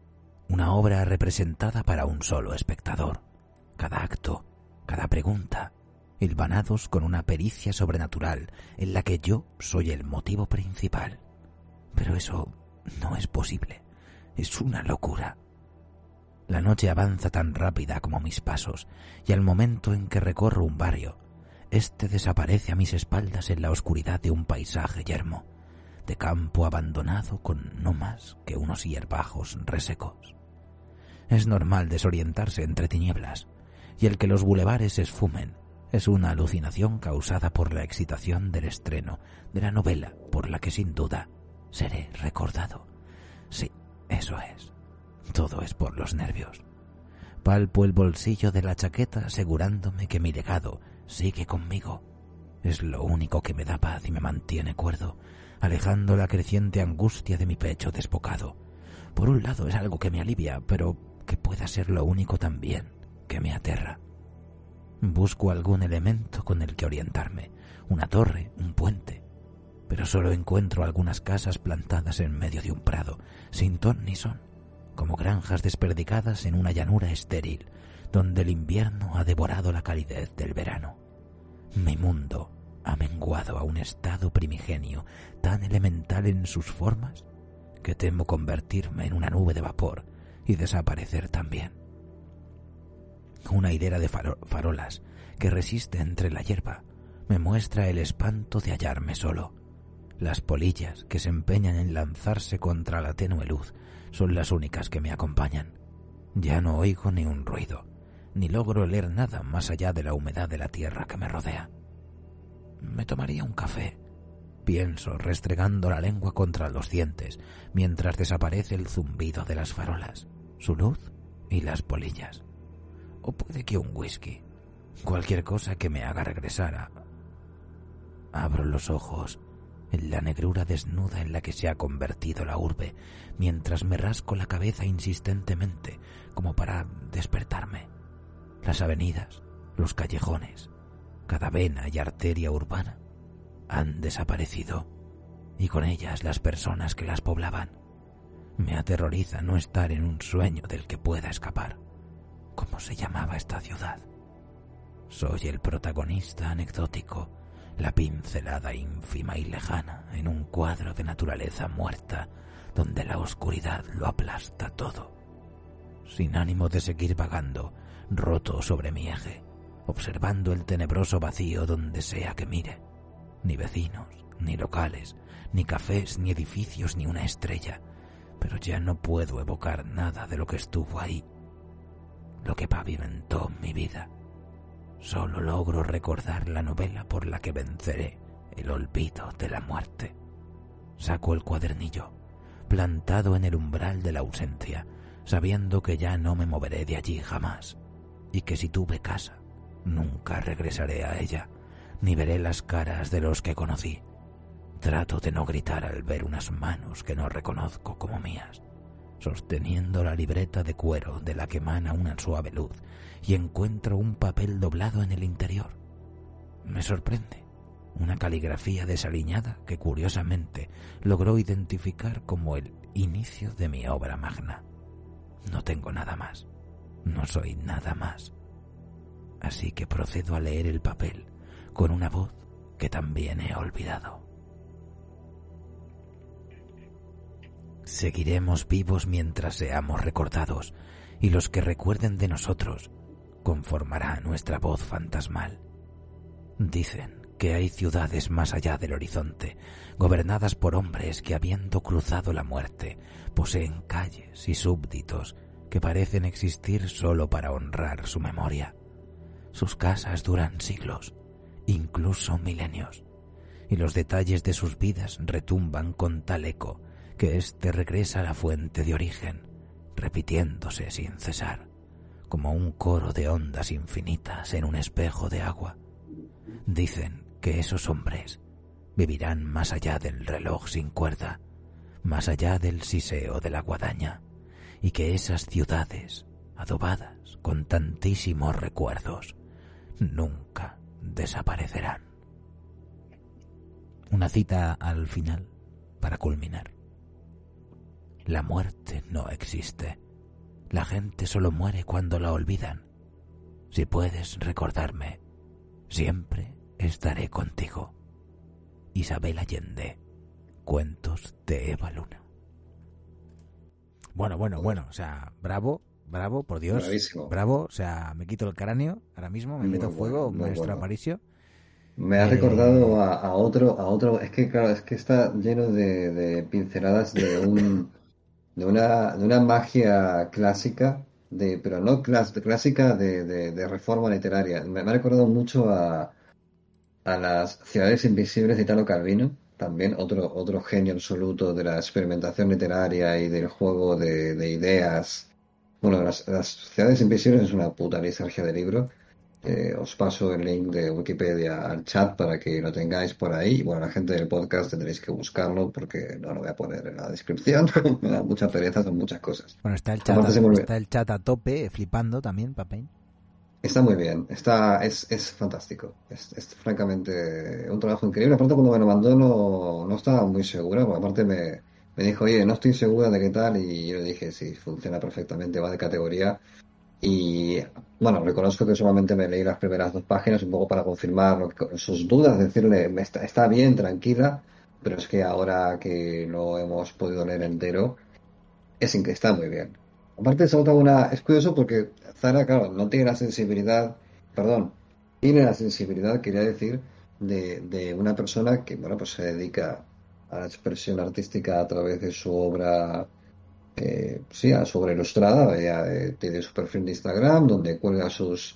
una obra representada para un solo espectador. Cada acto, cada pregunta, hilvanados con una pericia sobrenatural en la que yo soy el motivo principal. Pero eso no es posible. Es una locura. La noche avanza tan rápida como mis pasos, y al momento en que recorro un barrio, este desaparece a mis espaldas en la oscuridad de un paisaje yermo, de campo abandonado con no más que unos hierbajos resecos. Es normal desorientarse entre tinieblas, y el que los bulevares se esfumen es una alucinación causada por la excitación del estreno de la novela por la que sin duda seré recordado. Sí, eso es. Todo es por los nervios. Palpo el bolsillo de la chaqueta asegurándome que mi legado sigue conmigo. Es lo único que me da paz y me mantiene cuerdo, alejando la creciente angustia de mi pecho desbocado. Por un lado es algo que me alivia, pero que pueda ser lo único también que me aterra. Busco algún elemento con el que orientarme, una torre, un puente, pero solo encuentro algunas casas plantadas en medio de un prado, sin ton ni son, como granjas desperdigadas en una llanura estéril, donde el invierno ha devorado la calidez del verano. Mi mundo ha menguado a un estado primigenio tan elemental en sus formas que temo convertirme en una nube de vapor y desaparecer también. Una hilera de farolas que resiste entre la hierba me muestra el espanto de hallarme solo. Las polillas que se empeñan en lanzarse contra la tenue luz son las únicas que me acompañan. Ya no oigo ni un ruido, ni logro leer nada más allá de la humedad de la tierra que me rodea. Me tomaría un café, pienso, restregando la lengua contra los dientes, mientras desaparece el zumbido de las farolas, su luz y las polillas. O puede que un whisky, cualquier cosa que me haga regresar. Abro los ojos en la negrura desnuda en la que se ha convertido la urbe, mientras me rasco la cabeza insistentemente como para despertarme. Las avenidas, los callejones, cada vena y arteria urbana han desaparecido, y con ellas las personas que las poblaban. Me aterroriza no estar en un sueño del que pueda escapar. ¿Cómo se llamaba esta ciudad? Soy el protagonista anecdótico, la pincelada ínfima y lejana en un cuadro de naturaleza muerta, donde la oscuridad lo aplasta todo. Sin ánimo de seguir vagando, roto sobre mi eje, observando el tenebroso vacío donde sea que mire. Ni vecinos, ni locales, ni cafés, ni edificios, ni una estrella. Pero ya no puedo evocar nada de lo que estuvo ahí, lo que pavimentó mi vida. Solo logro recordar la novela por la que venceré el olvido de la muerte. Saco el cuadernillo, plantado en el umbral de la ausencia, sabiendo que ya no me moveré de allí jamás, y que si tuve casa, nunca regresaré a ella, ni veré las caras de los que conocí. Trato de no gritar al ver unas manos que no reconozco como mías, sosteniendo la libreta de cuero de la que emana una suave luz, y encuentro un papel doblado en el interior. Me sorprende, una caligrafía desaliñada que curiosamente logró identificar como el inicio de mi obra magna. No tengo nada más, no soy nada más. Así que procedo a leer el papel con una voz que también he olvidado. Seguiremos vivos mientras seamos recordados, y los que recuerden de nosotros conformará nuestra voz fantasmal. Dicen que hay ciudades más allá del horizonte, gobernadas por hombres que, habiendo cruzado la muerte, poseen calles y súbditos que parecen existir solo para honrar su memoria. Sus casas duran siglos, incluso milenios, y los detalles de sus vidas retumban con tal eco que éste regresa a la fuente de origen, repitiéndose sin cesar, como un coro de ondas infinitas en un espejo de agua. Dicen que esos hombres vivirán más allá del reloj sin cuerda, más allá del siseo de la guadaña, y que esas ciudades, adobadas con tantísimos recuerdos, nunca desaparecerán. Una cita al final para culminar. La muerte no existe, La gente solo muere cuando la olvidan. Si puedes recordarme, siempre estaré contigo. Isabel Allende. Cuentos de Eva Luna. Bueno, o sea, bravo, por Dios. Bravísimo. Bravo, o sea, me quito el cráneo ahora mismo, me meto fuego, maestro Aparicio. Me ha recordado a otro, es que claro, es que está lleno de pinceladas de una magia clásica, pero no clásica de reforma literaria. Me ha recordado mucho a las Ciudades Invisibles de Italo Calvino, también otro genio absoluto de la experimentación literaria y del juego de ideas. Bueno, las Ciudades Invisibles es una puta lisergia de libro. Os paso el link de Wikipedia al chat para que lo tengáis por ahí. Bueno, la gente del podcast tendréis que buscarlo porque no lo voy a poner en la descripción. Me da mucha pereza, son muchas cosas. Bueno, está el chat a tope, flipando también, Papain. Está muy bien, es fantástico, es francamente un trabajo increíble. Aparte, cuando me lo mandó no estaba muy segura, porque aparte me dijo, oye, no estoy segura de qué tal, y yo le dije, sí, funciona perfectamente, va de categoría. Y bueno, reconozco que solamente me leí las primeras 2 páginas un poco para confirmar sus dudas, decirle, está bien, tranquila, pero es que ahora que lo hemos podido leer entero, está muy bien. Aparte se nota es curioso porque Zara, claro, no tiene la sensibilidad, tiene la sensibilidad, quería decir, de una persona que, bueno, pues se dedica a la expresión artística a través de su obra, sí, a su obra ilustrada. Ella tiene su perfil de Instagram donde cuelga sus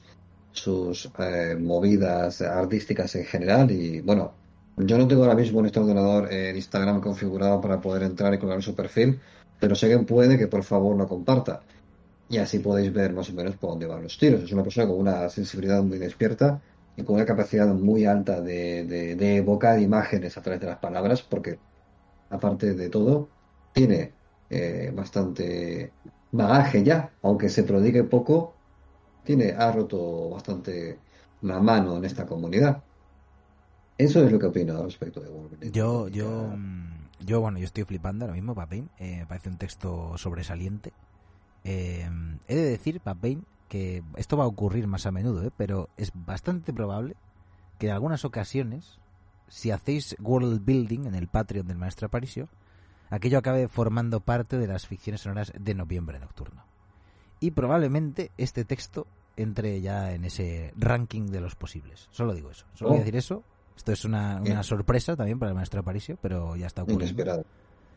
movidas artísticas en general. Y bueno, yo no tengo ahora mismo en este ordenador el Instagram configurado para poder entrar y colgar su perfil, pero sé que puede que por favor lo comparta. Y así podéis ver más o menos por dónde van los tiros. Es una persona con una sensibilidad muy despierta y con una capacidad muy alta de evocar imágenes a través de las palabras, porque aparte de todo, tiene bastante bagaje ya, aunque se prodigue poco, ha roto bastante la mano en esta comunidad. Eso es lo que opino al respecto de Wolverine. Yo estoy flipando ahora mismo, Papain. Me parece un texto sobresaliente. He de decir, Papain, que esto va a ocurrir más a menudo, pero es bastante probable que en algunas ocasiones, si hacéis world building en el Patreon del Maestro Aparicio, aquello acabe formando parte de las ficciones sonoras de Noviembre Nocturno. Y probablemente este texto entre ya en ese ranking de los posibles. Solo digo eso. Solo voy a decir eso. Esto es una sorpresa también para el Maestro Aparicio, pero ya está ocurriendo. Inesperado.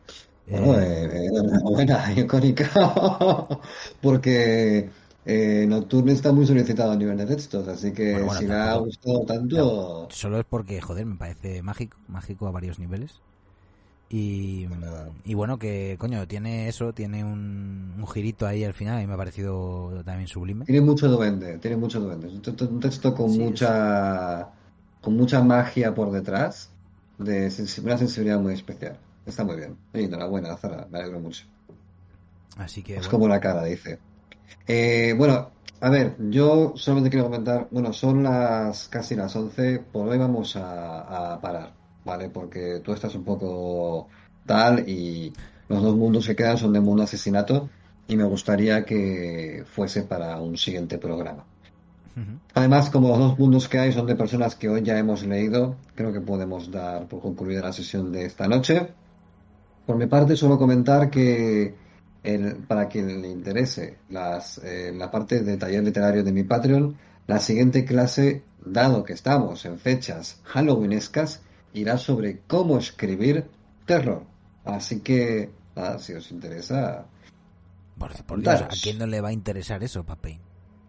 Buena, icónica. Porque Nocturne está muy solicitado a nivel de textos, así que si le ha gustado tanto... Solo es porque, joder, me parece mágico a varios niveles. Y bueno, que coño, tiene un girito ahí al final, y me ha parecido también sublime. Tiene mucho duende. Es un texto con mucha magia por detrás, de una sensibilidad muy especial. Está muy bien. Enhorabuena, Zara, me alegro mucho. Así que es como la cara, dice. Bueno, a ver, yo solamente quiero comentar, bueno, son casi las 11, por hoy vamos a parar, ¿vale? Porque tú estás un poco tal y los 2 mundos que quedan son de mundo asesinato y me gustaría que fuese para un siguiente programa. Además, como los 2 mundos que hay son de personas que hoy ya hemos leído, creo que podemos dar por concluida la sesión de esta noche. Por mi parte, solo comentar que para quien le interese la parte de taller literario de mi Patreon, la siguiente clase, dado que estamos en fechas halloweenescas, irá sobre cómo escribir terror. Así que, nada, si os interesa... Por Dios, ¿a quién no le va a interesar eso, Papain?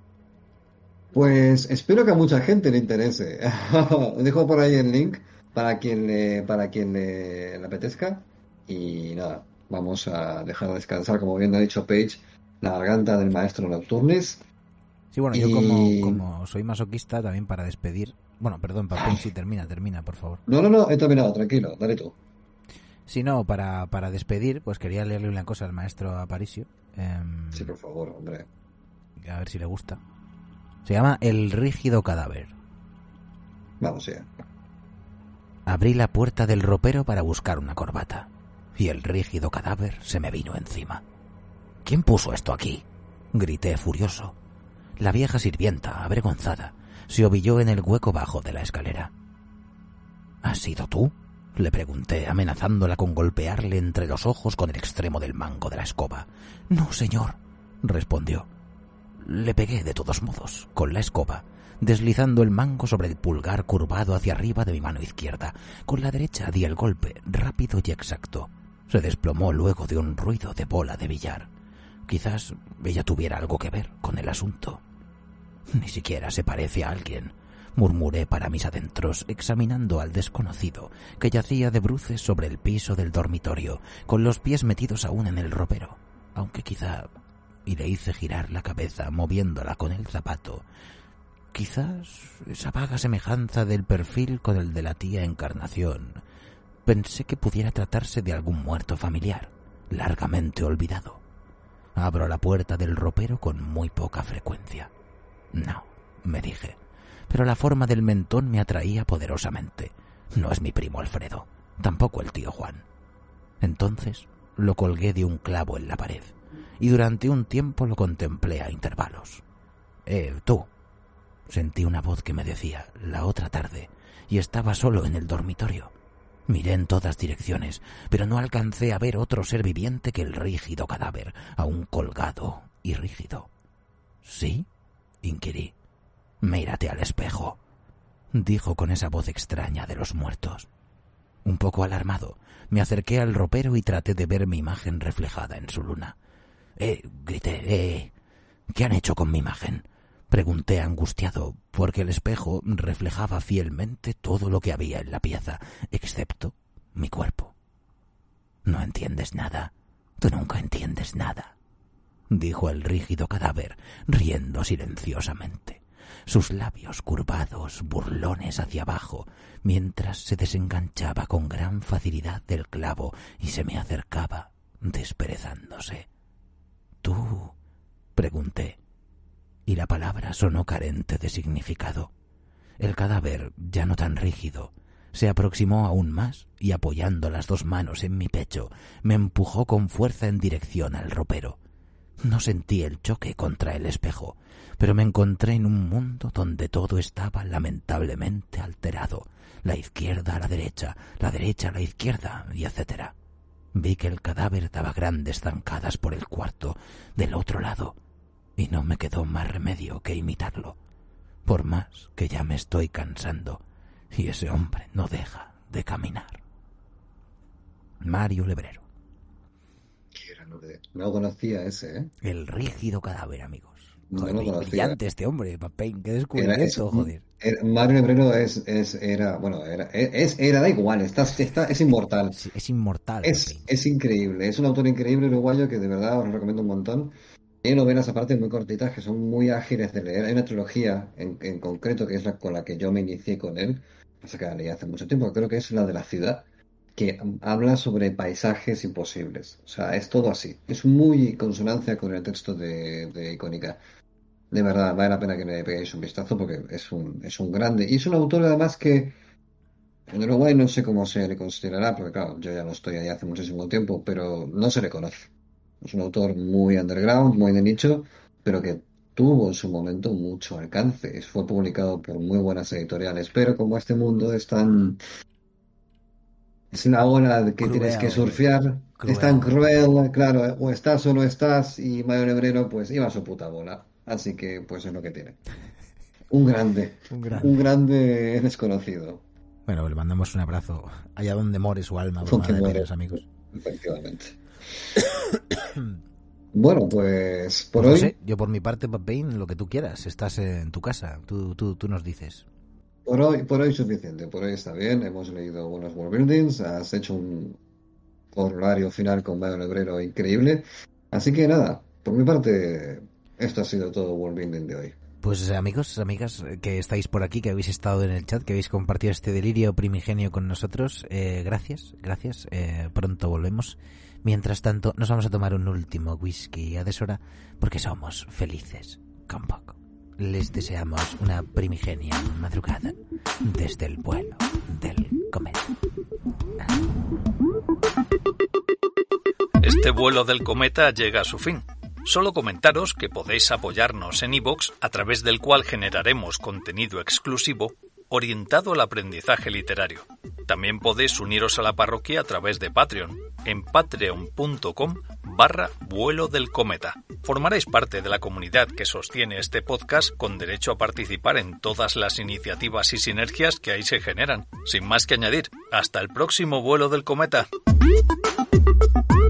Pues espero que a mucha gente le interese. Dejo por ahí el link para quien le apetezca. Y nada, vamos a dejar descansar, como bien ha dicho Paige, la garganta del Maestro Nocturnis. Sí, bueno, yo como soy masoquista, también para despedir... Bueno, perdón, Papain, sí, termina, por favor. No, he terminado, tranquilo, dale tú. Sí, no, para despedir, pues quería leerle una cosa al Maestro Aparicio. Sí, por favor, hombre. A ver si le gusta. Se llama El rígido cadáver. Vamos ya. Abrí la puerta del ropero para buscar una corbata, y el rígido cadáver se me vino encima. ¿Quién puso esto aquí? grité furioso. La vieja sirvienta, avergonzada, se ovilló en el hueco bajo de la escalera. ¿Has sido tú?, le pregunté, amenazándola con golpearle entre los ojos con el extremo del mango de la escoba. «No, señor», respondió. Le pegué de todos modos, con la escoba, deslizando el mango sobre el pulgar curvado hacia arriba de mi mano izquierda. Con la derecha di el golpe, rápido y exacto. Se desplomó luego de un ruido de bola de billar. Quizás ella tuviera algo que ver con el asunto. «Ni siquiera se parece a alguien», murmuré para mis adentros, examinando al desconocido que yacía de bruces sobre el piso del dormitorio, con los pies metidos aún en el ropero, aunque quizá... Y le hice girar la cabeza moviéndola con el zapato. Quizás esa vaga semejanza del perfil con el de la tía Encarnación. Pensé que pudiera tratarse de algún muerto familiar, largamente olvidado. Abro la puerta del ropero con muy poca frecuencia. No, me dije, pero la forma del mentón me atraía poderosamente. No es mi primo Alfredo, tampoco el tío Juan. Entonces lo colgué de un clavo en la pared y durante un tiempo lo contemplé a intervalos. Tú. Sentí una voz que me decía la otra tarde y estaba solo en el dormitorio. Miré en todas direcciones, pero no alcancé a ver otro ser viviente que el rígido cadáver, aún colgado y rígido. ¿Sí?, inquirí. «Mírate al espejo», dijo con esa voz extraña de los muertos. Un poco alarmado, me acerqué al ropero y traté de ver mi imagen reflejada en su luna. Grité, ¿qué han hecho con mi imagen?», pregunté angustiado, porque el espejo reflejaba fielmente todo lo que había en la pieza, excepto mi cuerpo. «No entiendes nada, tú nunca entiendes nada», dijo el rígido cadáver, riendo silenciosamente, sus labios curvados, burlones hacia abajo, mientras se desenganchaba con gran facilidad del clavo y se me acercaba, desperezándose. «¿Tú?», pregunté, y la palabra sonó carente de significado. El cadáver, ya no tan rígido, se aproximó aún más y, apoyando las dos manos en mi pecho, me empujó con fuerza en dirección al ropero. No sentí el choque contra el espejo, pero me encontré en un mundo donde todo estaba lamentablemente alterado, la izquierda a la derecha a la izquierda, y etc. Vi que el cadáver daba grandes zancadas por el cuarto del otro lado, y no me quedó más remedio que imitarlo, por más que ya me estoy cansando, y ese hombre no deja de caminar. Mario Lebrero. No conocía ese, ¿eh? El rígido cadáver, amigos. Joder, no lo conocía. Brillante este hombre, Papain, qué descubrimiento, joder. Mario Lebrero era, da igual, es inmortal. Sí, es inmortal. Es increíble, es un autor increíble uruguayo que de verdad os lo recomiendo un montón. Hay novelas aparte muy cortitas que son muy ágiles de leer. Hay una trilogía en concreto que es la con la que yo me inicié con él. Pasa que la leí hace mucho tiempo, creo que es la de La ciudad, que habla sobre paisajes imposibles. O sea, es todo así. Es muy consonancia con el texto de Icónica. De verdad, vale la pena que le peguéis un vistazo porque es un grande. Y es un autor además que en Uruguay no sé cómo se le considerará, porque claro, yo ya no estoy ahí hace muchísimo tiempo, pero no se le conoce. Es un autor muy underground, muy de nicho, pero que tuvo en su momento mucho alcance. Fue publicado por muy buenas editoriales, pero como este mundo es tan... Es una ola que cruel, tienes que surfear, es tan cruel, claro, o estás o no estás, y Mario Lebrero pues iba a su puta bola. Así que pues es lo que tiene. Un grande desconocido. Bueno, le mandamos un abrazo allá donde more su alma, de penas, amigos. Efectivamente. Bueno, pues por pues hoy... No sé, yo por mi parte, Papain, lo que tú quieras, estás en tu casa, tú nos dices. Por hoy suficiente, por hoy está bien, hemos leído buenos world buildings, has hecho un corolario final con Mario Lebrero increíble, así que nada, por mi parte, esto ha sido todo world building de hoy. Pues amigos, amigas que estáis por aquí, que habéis estado en el chat, que habéis compartido este delirio primigenio con nosotros, gracias, pronto volvemos. Mientras tanto, nos vamos a tomar un último whisky a deshora porque somos felices con poco. Les deseamos una primigenia madrugada desde el vuelo del cometa. Este vuelo del cometa llega a su fin. Solo comentaros que podéis apoyarnos en iVoox, a través del cual generaremos contenido exclusivo orientado al aprendizaje literario. También podéis uniros a la parroquia a través de Patreon, en patreon.com/vuelo del cometa. Formaréis parte de la comunidad que sostiene este podcast, con derecho a participar en todas las iniciativas y sinergias que ahí se generan. Sin más que añadir, hasta el próximo vuelo del cometa.